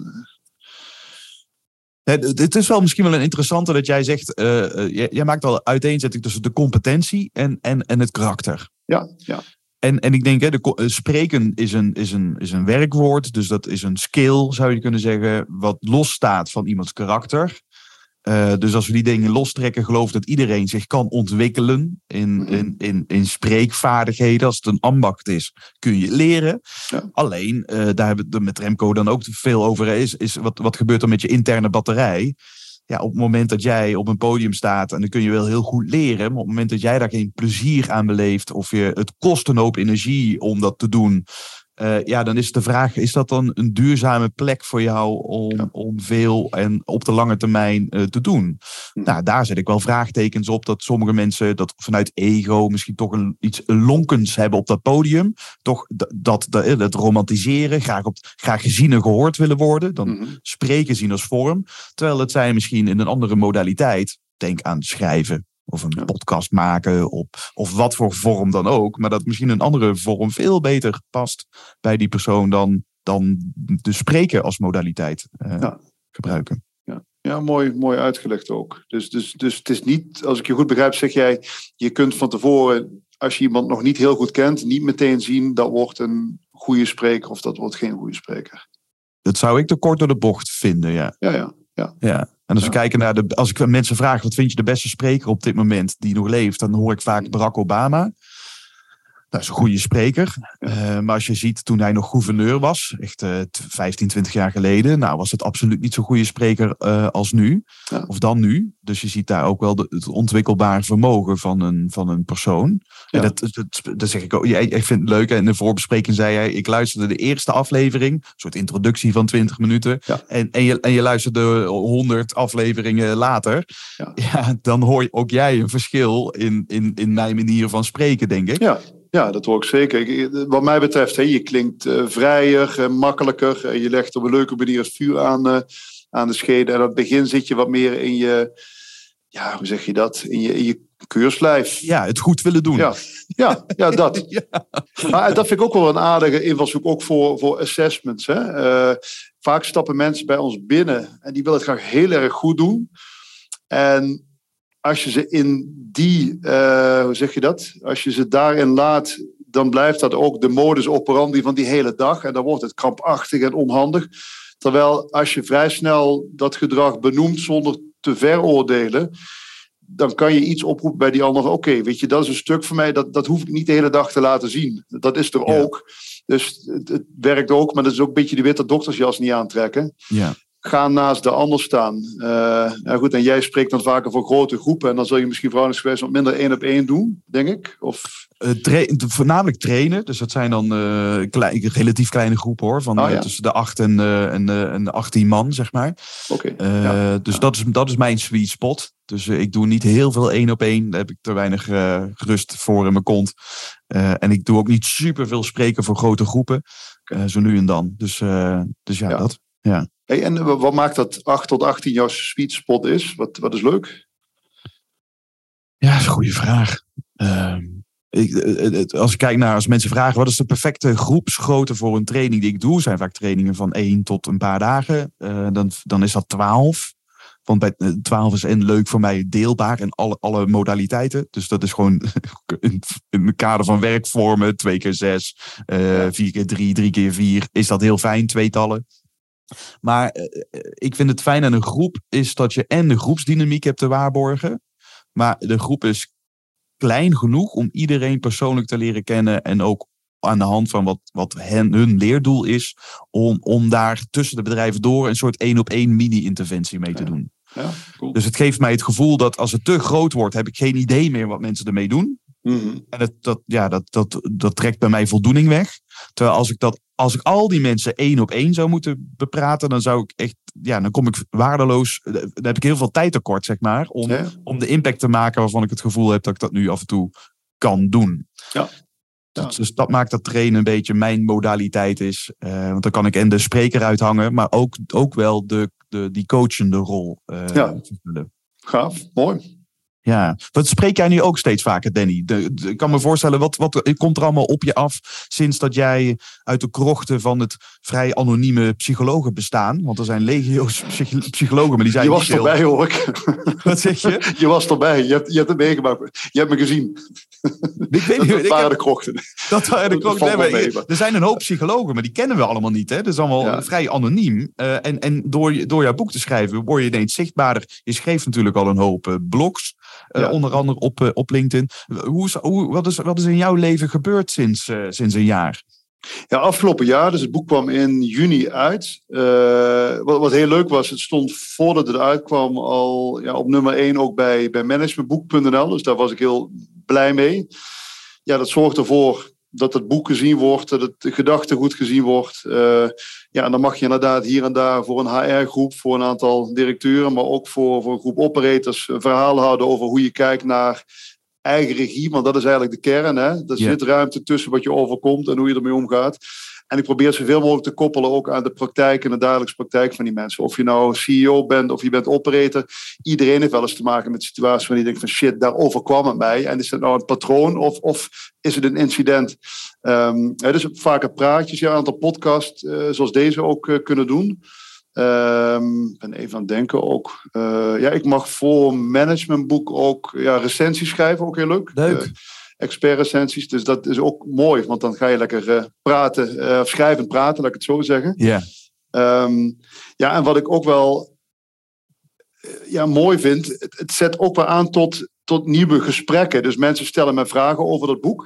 S3: Het is wel misschien wel een interessante dat jij zegt, uh, uh, jij maakt wel uiteenzetting tussen de competentie en, en, en het karakter.
S1: Ja, ja.
S3: En, en ik denk, hè, de, uh, spreken is een, is, een, is een werkwoord, dus dat is een skill, zou je kunnen zeggen, wat losstaat van iemands karakter. Uh, dus als we die dingen lostrekken, geloof ik dat iedereen zich kan ontwikkelen in, in, in, in spreekvaardigheden. Als het een ambacht is, kun je leren.
S1: Ja.
S3: Alleen, uh, daar hebben we het met Remco dan ook veel over, is, is wat, wat gebeurt er met je interne batterij? Ja, op het moment dat jij op een podium staat, en dan kun je wel heel goed leren, maar op het moment dat jij daar geen plezier aan beleeft, of je, het kost een hoop energie om dat te doen, Uh, ja, dan is de vraag, is dat dan een duurzame plek voor jou om, ja. om veel en op de lange termijn uh, te doen? Hm. Nou, daar zet ik wel vraagtekens op dat sommige mensen dat vanuit ego misschien toch een, iets lonkends hebben op dat podium. Toch dat, dat, dat, dat romantiseren, graag, op, graag gezien en gehoord willen worden. Dan hm. spreken zien als vorm. Terwijl het zij misschien in een andere modaliteit, denk aan schrijven. Of een ja. podcast maken, op, of wat voor vorm dan ook. Maar dat misschien een andere vorm veel beter past bij die persoon dan, dan de spreken als modaliteit uh, ja. gebruiken.
S1: Ja, ja mooi, mooi uitgelegd ook. Dus, dus, dus het is niet, als ik je goed begrijp, zeg jij, je kunt van tevoren, als je iemand nog niet heel goed kent, niet meteen zien dat wordt een goede spreker of dat wordt geen goede spreker.
S3: Dat zou ik te kort door de bocht vinden, ja.
S1: Ja, ja. ja.
S3: ja. En als we ja. kijken naar de, als ik mensen vraag, wat vind je de beste spreker op dit moment die nog leeft, dan hoor ik vaak Barack Obama. Dat is een goede spreker. Ja. Uh, maar als je ziet, toen hij nog gouverneur was, echt uh, vijftien, twintig jaar geleden, nou was het absoluut niet zo'n goede spreker uh, als nu. Ja. Of dan nu. Dus je ziet daar ook wel de, het ontwikkelbaar vermogen van een, van een persoon. Ja. En dat, dat, dat zeg ik ook. Ja, ik vind het leuk. In de voorbespreking zei hij, ik luisterde de eerste aflevering, een soort introductie van twintig minuten. Ja. En, en, je, en je luisterde honderd afleveringen later. Ja. Ja, dan hoor je ook jij een verschil in, in, in mijn manier van spreken, denk ik.
S1: Ja. Ja, dat hoor ik zeker. Wat mij betreft, hè, je klinkt uh, vrijer, uh, makkelijker. Uh, je legt op een leuke manier het vuur aan, uh, aan de schede. En aan het begin zit je wat meer in je, ja, hoe zeg je dat? In je, in je keurslijf.
S3: Ja, het goed willen doen.
S1: Ja, ja, ja dat. ja. Maar dat vind ik ook wel een aardige invalshoek, ook voor, voor assessments. Hè. Uh, vaak stappen mensen bij ons binnen en die willen het graag heel erg goed doen. En als je ze in die, uh, hoe zeg je dat? Als je ze daarin laat, dan blijft dat ook de modus operandi van die hele dag. En dan wordt het krampachtig en onhandig. Terwijl als je vrij snel dat gedrag benoemt zonder te veroordelen, dan kan je iets oproepen bij die ander. Oké, okay, weet je, dat is een stuk voor mij, dat, dat hoef ik niet de hele dag te laten zien. Dat is er ja. ook. Dus het, het werkt ook, maar dat is ook een beetje de witte doktersjas niet aantrekken.
S3: Ja.
S1: Ga naast de ander staan. Uh, ja goed, en jij spreekt dan vaker voor grote groepen. En dan zul je misschien verhoudingsgewijs wat minder één op één doen, denk ik. Of...
S3: Uh, tra- voornamelijk trainen. Dus dat zijn dan uh, klein, relatief kleine groepen hoor. Van oh, ja. uh, tussen de acht en, uh, en, uh, en de achttien man, zeg maar.
S1: Okay.
S3: Uh,
S1: ja.
S3: Dus
S1: ja.
S3: dat, is, dat is mijn sweet spot. Dus uh, ik doe niet heel veel één op één. Daar heb ik te weinig uh, rust voor in mijn kont. Uh, en ik doe ook niet super veel spreken voor grote groepen. Uh, zo nu en dan. Dus, uh, dus ja, ja, dat. Ja.
S1: Hey, en wat maakt dat acht tot achttien jouw sweet spot is? Wat, wat is leuk?
S3: Ja, dat is een goede vraag. Uh, ik, als ik kijk naar, als mensen vragen, wat is de perfecte groepsgrootte voor een training die ik doe? Zijn vaak trainingen van één tot een paar dagen. Uh, dan, dan is dat twaalf. Want bij twaalf is en leuk voor mij deelbaar in alle, alle modaliteiten. Dus dat is gewoon in, in het kader van werkvormen, twee keer zes, uh, vier keer drie, drie keer vier. Is dat heel fijn, tweetallen. Maar uh, ik vind het fijn aan een groep is dat je en de groepsdynamiek hebt te waarborgen. Maar de groep is klein genoeg om iedereen persoonlijk te leren kennen. En ook aan de hand van wat, wat hen, hun leerdoel is. Om, om daar tussen de bedrijven door een soort één op één mini-interventie mee te doen.
S1: Ja, cool.
S3: Dus het geeft mij het gevoel dat als het te groot wordt, heb ik geen idee meer wat mensen ermee doen.
S1: Mm-hmm.
S3: En dat, dat, ja, dat, dat, dat trekt bij mij voldoening weg. Terwijl als ik, dat, als ik al die mensen één op één zou moeten bepraten, dan zou ik echt, ja, dan kom ik waardeloos, dan heb ik heel veel tijd tekort, zeg maar, om,
S1: ja.
S3: om de impact te maken waarvan ik het gevoel heb dat ik dat nu af en toe kan doen.
S1: Ja. Ja.
S3: Dus, dus dat maakt dat trainen een beetje mijn modaliteit is. Uh, want dan kan ik en de spreker uithangen, maar ook, ook wel de, de, die coachende rol uh,
S1: ja.
S3: vervullen.
S1: Gaaf, mooi.
S3: Ja, wat spreek jij nu ook steeds vaker, Danny? De, de, ik kan me voorstellen, wat, wat komt er allemaal op je af sinds dat jij uit de krochten van het vrij anonieme psychologenbestaan, want er zijn legio's psych- psychologen, maar die zijn
S1: je was
S3: niet
S1: erbij,
S3: heel...
S1: hoor ik.
S3: Wat zeg je?
S1: Je was erbij, je hebt, je hebt het meegemaakt. Je hebt me gezien.
S3: Ik weet niet,
S1: dat
S3: ik
S1: waren
S3: heb,
S1: de krochten.
S3: Dat waren de krochten. Nee, maar,
S1: mee, maar.
S3: Er zijn een hoop psychologen, maar die kennen we allemaal niet. Hè? Dat is allemaal ja. vrij anoniem. Uh, en en door, door jouw boek te schrijven word je ineens zichtbaarder. Je schreef natuurlijk al een hoop uh, blogs. Uh, ja. Onder andere op, uh, op LinkedIn. Hoe is, hoe, wat, is, wat is in jouw leven gebeurd sinds, uh, sinds een jaar?
S1: Ja, afgelopen jaar. Dus het boek kwam in juni uit. Uh, wat, wat heel leuk was, het stond voordat het uitkwam al ja, op nummer één ook bij, bij managementboek punt n l. Dus daar was ik heel blij mee. Ja, dat zorgt ervoor dat het boek gezien wordt, dat het gedachtegoed gezien wordt. Uh, ja, en dan mag je inderdaad hier en daar voor een H R-groep, voor een aantal directeuren, maar ook voor, voor een groep operators een verhaal houden over hoe je kijkt naar eigen regie, want dat is eigenlijk de kern. Hè? Er
S3: ja.
S1: zit ruimte tussen wat je overkomt en hoe je ermee omgaat. En ik probeer zoveel mogelijk te koppelen ook aan de praktijk en de dagelijkse praktijk van die mensen. Of je nou C E O bent of je bent operator. Iedereen heeft wel eens te maken met situaties waar je denkt van shit, daar overkwam het mij. En is dat nou een patroon of, of is het een incident? Um, dus vaker praatjes, ja, een aantal podcasts uh, zoals deze ook uh, kunnen doen. Um, ik ben even aan het denken ook. Uh, ja, ik mag voor managementboek ook ja, recensies schrijven, ook heel leuk.
S3: Leuk.
S1: Uh, expertrecensies, dus dat is ook mooi, want dan ga je lekker uh, praten, uh, of schrijvend praten, laat ik het zo zeggen.
S3: Ja.
S1: Yeah. Um, ja, en wat ik ook wel uh, ja, mooi vind, het, het zet ook wel aan tot, tot nieuwe gesprekken. Dus mensen stellen mij vragen over dat boek.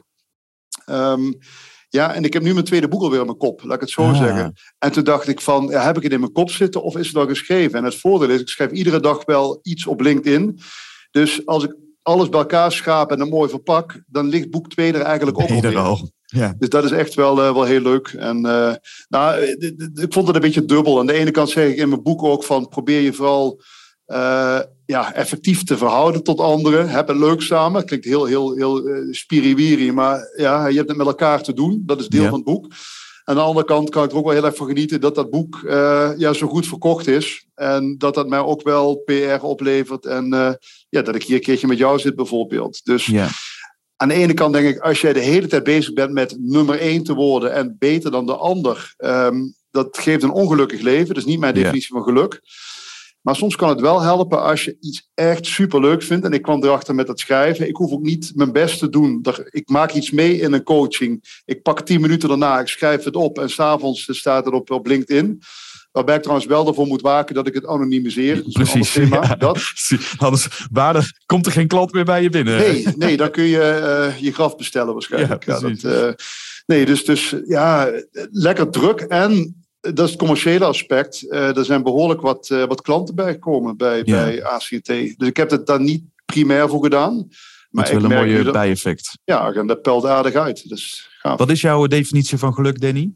S1: Um, ja, en ik heb nu mijn tweede boek alweer in mijn kop, laat ik het zo ah. zeggen. En toen dacht ik van, ja, heb ik het in mijn kop zitten of is het al geschreven? En het voordeel is, ik schrijf iedere dag wel iets op LinkedIn. Dus als ik alles bij elkaar schaap en dan mooi verpak, dan ligt boek twee er eigenlijk ook alweer.
S3: Al. Ja.
S1: Dus dat is echt wel, uh, wel heel leuk. En uh, nou, ik vond het een beetje dubbel. Aan de ene kant zeg ik in mijn boek ook van, probeer je vooral uh, ja, effectief te verhouden tot anderen. Heb het leuk samen. Het klinkt heel, heel, heel uh, spiriwiri, maar ja, je hebt het met elkaar te doen. Dat is deel ja. van het boek. Aan de andere kant kan ik er ook wel heel erg van genieten dat dat boek uh, ja, zo goed verkocht is. En dat dat mij ook wel P R oplevert. En uh, ja, dat ik hier een keertje met jou zit bijvoorbeeld. Dus ja. aan de ene kant denk ik, als jij de hele tijd bezig bent met nummer één te worden en beter dan de ander. Um, dat geeft een ongelukkig leven. Dat is niet mijn definitie ja. van geluk. Maar soms kan het wel helpen als je iets echt superleuk vindt. En ik kwam erachter met het schrijven. Ik hoef ook niet mijn best te doen. Ik maak iets mee in een coaching. Ik pak tien minuten daarna, ik schrijf het op. En s'avonds staat het op, op LinkedIn. Waarbij ik trouwens wel ervoor moet waken dat ik het anonimiseer.
S3: Precies.
S1: Thema,
S3: ja.
S1: dat.
S3: Anders waarde, komt er geen klant meer bij je binnen.
S1: Nee, nee dan kun je uh, je graf bestellen waarschijnlijk. Ja, ja, dat, uh, nee, dus, dus ja, lekker druk. En dat is het commerciële aspect. Uh, er zijn behoorlijk wat, uh, wat klanten bijgekomen bij, ja. bij A C T. Dus ik heb het daar niet primair voor gedaan. Maar
S3: dat is wel een mooie dat, bijeffect.
S1: Ja, en dat pelt aardig uit. Dus,
S3: wat is jouw definitie van geluk, Danny?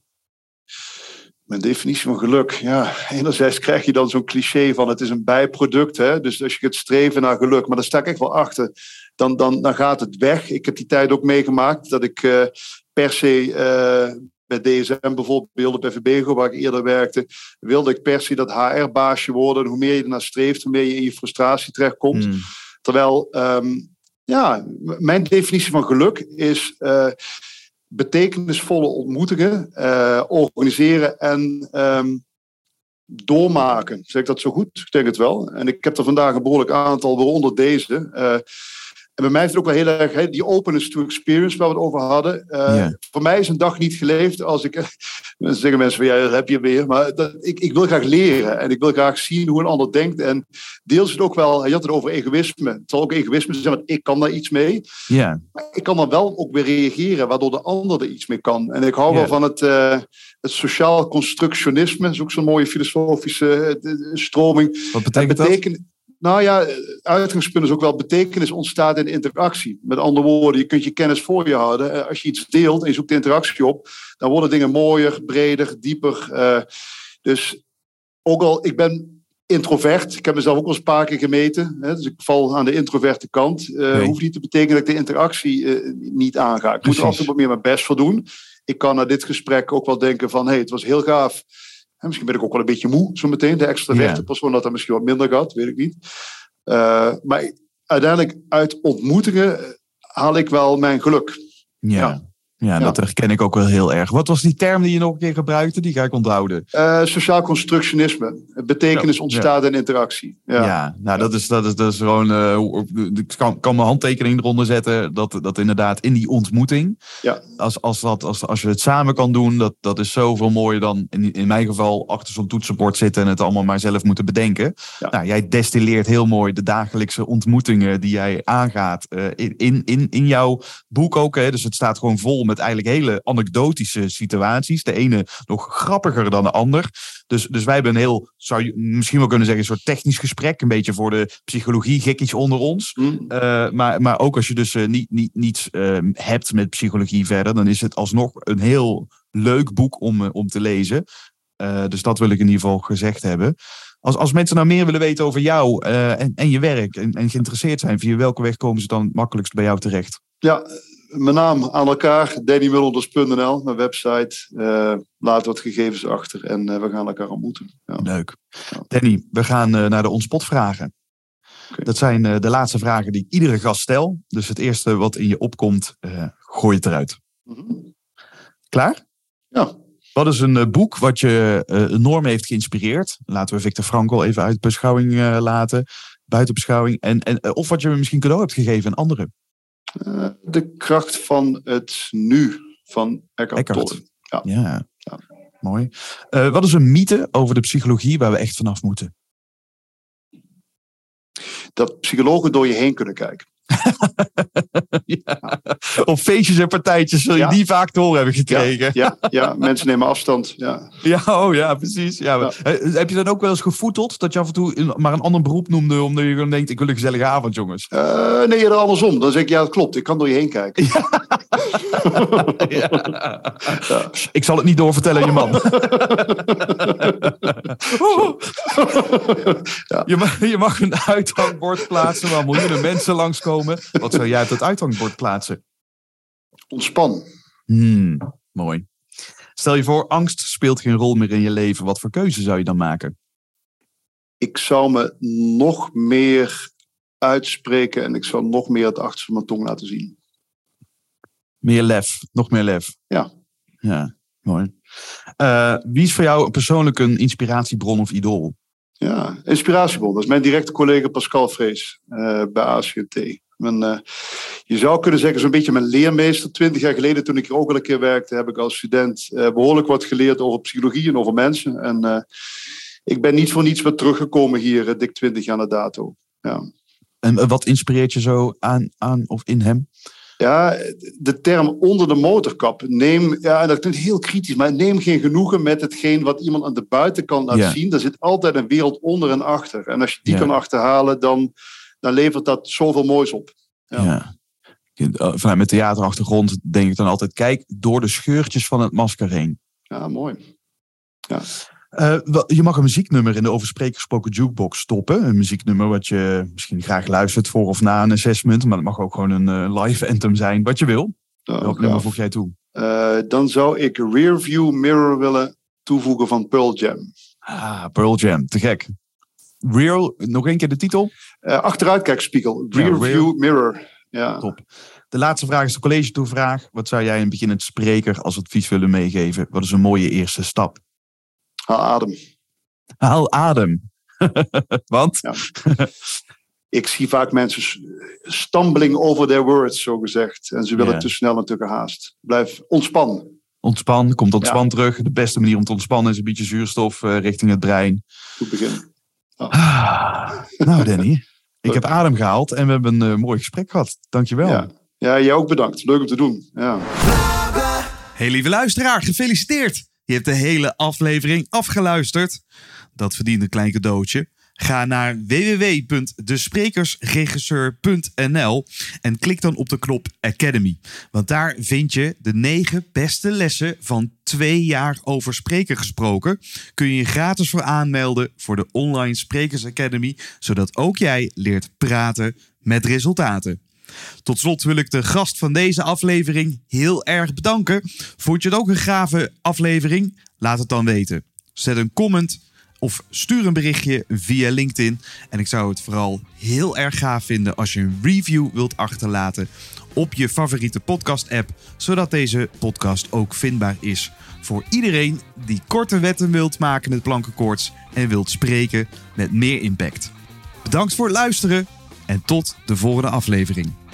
S1: Mijn definitie van geluk, ja, enerzijds krijg je dan zo'n cliché van het is een bijproduct. Hè? Dus als je het streven naar geluk, maar daar sta ik echt wel achter, dan, dan, dan gaat het weg. Ik heb die tijd ook meegemaakt dat ik uh, per se uh, bij D S M bijvoorbeeld, bij Verbego, waar ik eerder werkte, wilde ik per se dat H R-baasje worden. En hoe meer je ernaar streeft, hoe meer je in je frustratie terechtkomt. Mm. Terwijl, um, ja, mijn definitie van geluk is Uh, betekenisvolle ontmoetingen uh, organiseren en um, doormaken. Zeg ik dat zo goed? Ik denk het wel. En ik heb er vandaag een behoorlijk aantal, waaronder deze. Uh, en bij mij is het ook wel heel erg, he, die openness to experience waar we het over hadden. Uh, yeah. Voor mij is een dag niet geleefd als ik uh, Dan zeggen mensen van, ja, dat heb je weer. Maar dat, ik, ik wil graag leren. En ik wil graag zien hoe een ander denkt. En deels is het ook wel, je had het over egoïsme. Het zal ook egoïsme zijn, want ik kan daar iets mee.
S3: Yeah.
S1: Maar ik kan dan wel ook weer reageren, waardoor de ander er iets mee kan. En ik hou
S3: Yeah.
S1: wel van het, uh, het sociaal constructionisme. Dat is ook zo'n mooie filosofische uh, stroming.
S3: Wat betekent
S1: dat? Betekent, nou ja, uitgangspunt is ook wel betekenis ontstaat in interactie. Met andere woorden, je kunt je kennis voor je houden. Als je iets deelt en je zoekt de interactie op, dan worden dingen mooier, breder, dieper. Uh, dus ook al, ik ben introvert. Ik heb mezelf ook al eens een paar keer gemeten. Hè, dus ik val aan de introverte kant. Uh, nee. Hoeft niet te betekenen dat ik de interactie uh, niet aanga. Ik Precies. moet er altijd wat meer mijn best voor doen. Ik kan na dit gesprek ook wel denken van, hey, het was heel gaaf. En misschien ben ik ook wel een beetje moe zo meteen. De extraverte yeah. persoon dat er misschien wat minder gaat, weet ik niet. Uh, maar uiteindelijk uit ontmoetingen haal ik wel mijn geluk.
S3: Ja. ja. Ja, dat ja. herken ik ook wel heel erg. Wat was die term die je nog een keer gebruikte? Die ga ik onthouden.
S1: Uh, sociaal constructionisme. Betekenis ja. ontstaat ja. in interactie. Ja,
S3: ja nou dat is, dat is, dat is gewoon... Uh, ik kan, kan mijn handtekening eronder zetten. Dat, dat inderdaad in die ontmoeting...
S1: Ja.
S3: Als, als, dat, als, als je het samen kan doen... Dat, dat is zoveel mooier dan in, in mijn geval... achter zo'n toetsenbord zitten... en het allemaal maar zelf moeten bedenken. Ja. Nou, jij destilleert heel mooi... de dagelijkse ontmoetingen die jij aangaat... Uh, in, in, in, in jouw boek ook. Hè? Dus het staat gewoon vol... met eigenlijk hele anekdotische situaties. De ene nog grappiger dan de ander. Dus, dus wij hebben een heel, zou je misschien wel kunnen zeggen, een soort technisch gesprek. Een beetje voor de psychologie, gekkies onder ons. Mm. Uh, maar, maar ook als je dus uh, niet, niet, niets uh, hebt met psychologie verder, dan is het alsnog een heel leuk boek om, uh, om te lezen. Uh, dus dat wil ik in ieder geval gezegd hebben. Als, als mensen nou meer willen weten over jou uh, en, en je werk en, en geïnteresseerd zijn, via welke weg komen ze dan het makkelijkst bij jou terecht?
S1: Ja, mijn naam aan elkaar, danny mulders punt n l, mijn website. Uh, laat wat gegevens achter en uh, we gaan elkaar ontmoeten. Ja.
S3: Leuk. Ja. Danny, we gaan uh, naar de ontspotvragen. Okay. Dat zijn uh, de laatste vragen die ik iedere gast stel. Dus het eerste wat in je opkomt, uh, gooi het eruit. Mm-hmm. Klaar?
S1: Ja.
S3: Wat is een uh, boek wat je uh, enorm heeft geïnspireerd? Laten we Viktor Frankl even uit beschouwing uh, laten. Buiten beschouwing. En, en, uh, of wat je misschien cadeau hebt gegeven aan anderen.
S1: Uh, de kracht van het nu van Eckhart Tolle.
S3: Ja. Ja. ja, mooi. Uh, wat is een mythe over de psychologie waar we echt vanaf moeten?
S1: Dat psychologen door je heen kunnen kijken.
S3: ja. Op feestjes en partijtjes zul je ja. die vaak te horen hebben gekregen.
S1: Ja, ja, ja, mensen nemen afstand. Ja,
S3: ja, oh ja, precies. Ja, ja. Heb je dan ook wel eens gevoeteld dat je af en toe maar een ander beroep noemde omdat je gewoon denkt, ik wil een gezellige avond, jongens?
S1: Uh, nee, er andersom. Dan zeg ik, ja, dat klopt. Ik kan door je heen kijken.
S3: Ja. ja. Ja. Ik zal het niet doorvertellen aan je man. ja. je, mag, je mag een uithangbord plaatsen waar miljoenen mensen langskomen. Wat zou jij op het uithangbord plaatsen?
S1: Ontspan.
S3: Hmm, mooi. Stel je voor, angst speelt geen rol meer in je leven. Wat voor keuze zou je dan maken?
S1: Ik zou me nog meer uitspreken en ik zou nog meer het achterste van mijn tong laten zien.
S3: Meer lef, nog meer lef.
S1: Ja.
S3: Ja, mooi. Uh, wie is voor jou persoonlijk een inspiratiebron of idool?
S1: Ja, inspiratiebron. Dat is mijn directe collega Pascal Vrees uh, bij A C T. Mijn, uh, je zou kunnen zeggen, zo'n beetje mijn leermeester. Twintig jaar geleden, toen ik hier ook al een keer werkte, heb ik als student uh, behoorlijk wat geleerd over psychologie en over mensen. En uh, ik ben niet voor niets meer teruggekomen hier, uh, dik twintig jaar na dato. Ja.
S3: En uh, wat inspireert je zo aan, aan of in hem?
S1: Ja, de term onder de motorkap. Neem, ja, dat klinkt heel kritisch, maar neem geen genoegen met hetgeen wat iemand aan de buitenkant laat yeah. zien. Er zit altijd een wereld onder en achter. En als je die yeah. kan achterhalen, dan, dan levert dat zoveel moois op. Ja.
S3: Ja. Vanuit mijn theaterachtergrond denk ik dan altijd, kijk door de scheurtjes van het masker heen.
S1: Ja, mooi. Ja.
S3: Uh, je mag een muzieknummer in de over spreek gesproken jukebox stoppen. Een muzieknummer wat je misschien graag luistert voor of na een assessment. Maar dat mag ook gewoon een uh, live anthem zijn, wat je wil. Oh, Welk nummer voeg jij toe?
S1: Uh, dan zou ik Rearview Mirror willen toevoegen van Pearl Jam.
S3: Ah, Pearl Jam, te gek. Real, nog één keer de titel?
S1: Uh, achteruitkijkspiegel. Rearview ja, real. Mirror. Ja.
S3: Top. De laatste vraag is de college toevraag. Wat zou jij een beginnend spreker als advies willen meegeven? Wat is een mooie eerste stap?
S1: Haal adem.
S3: Haal adem. Want?
S1: Ja. Ik zie vaak mensen stumbling over their words, zo gezegd. En ze willen ja. te snel en te gehaast. Blijf ontspannen.
S3: Ontspan, komt ontspan ja. terug. De beste manier om te ontspannen is een beetje zuurstof uh, richting het brein.
S1: Goed begin.
S3: Oh. Ah, nou Danny, ik heb adem gehaald en we hebben een uh, mooi gesprek gehad. Dankjewel.
S1: Ja. ja, jij ook bedankt. Leuk om te doen. Ja.
S3: Hey lieve luisteraar, gefeliciteerd. Je hebt de hele aflevering afgeluisterd. Dat verdient een klein cadeautje. Ga naar w w w punt de sprekersregisseur punt n l en klik dan op de knop Academy. Want daar vind je de negen beste lessen van twee jaar over spreken gesproken. Kun je je gratis voor aanmelden voor de Online Sprekers Academy, zodat ook jij leert praten met resultaten. Tot slot wil ik de gast van deze aflevering heel erg bedanken. Vond je het ook een gave aflevering? Laat het dan weten. Zet een comment of stuur een berichtje via LinkedIn. En ik zou het vooral heel erg gaaf vinden als je een review wilt achterlaten op je favoriete podcast-app, zodat deze podcast ook vindbaar is voor iedereen die korte wetten wilt maken met plankenkoorts en wilt spreken met meer impact. Bedankt voor het luisteren en tot de volgende aflevering.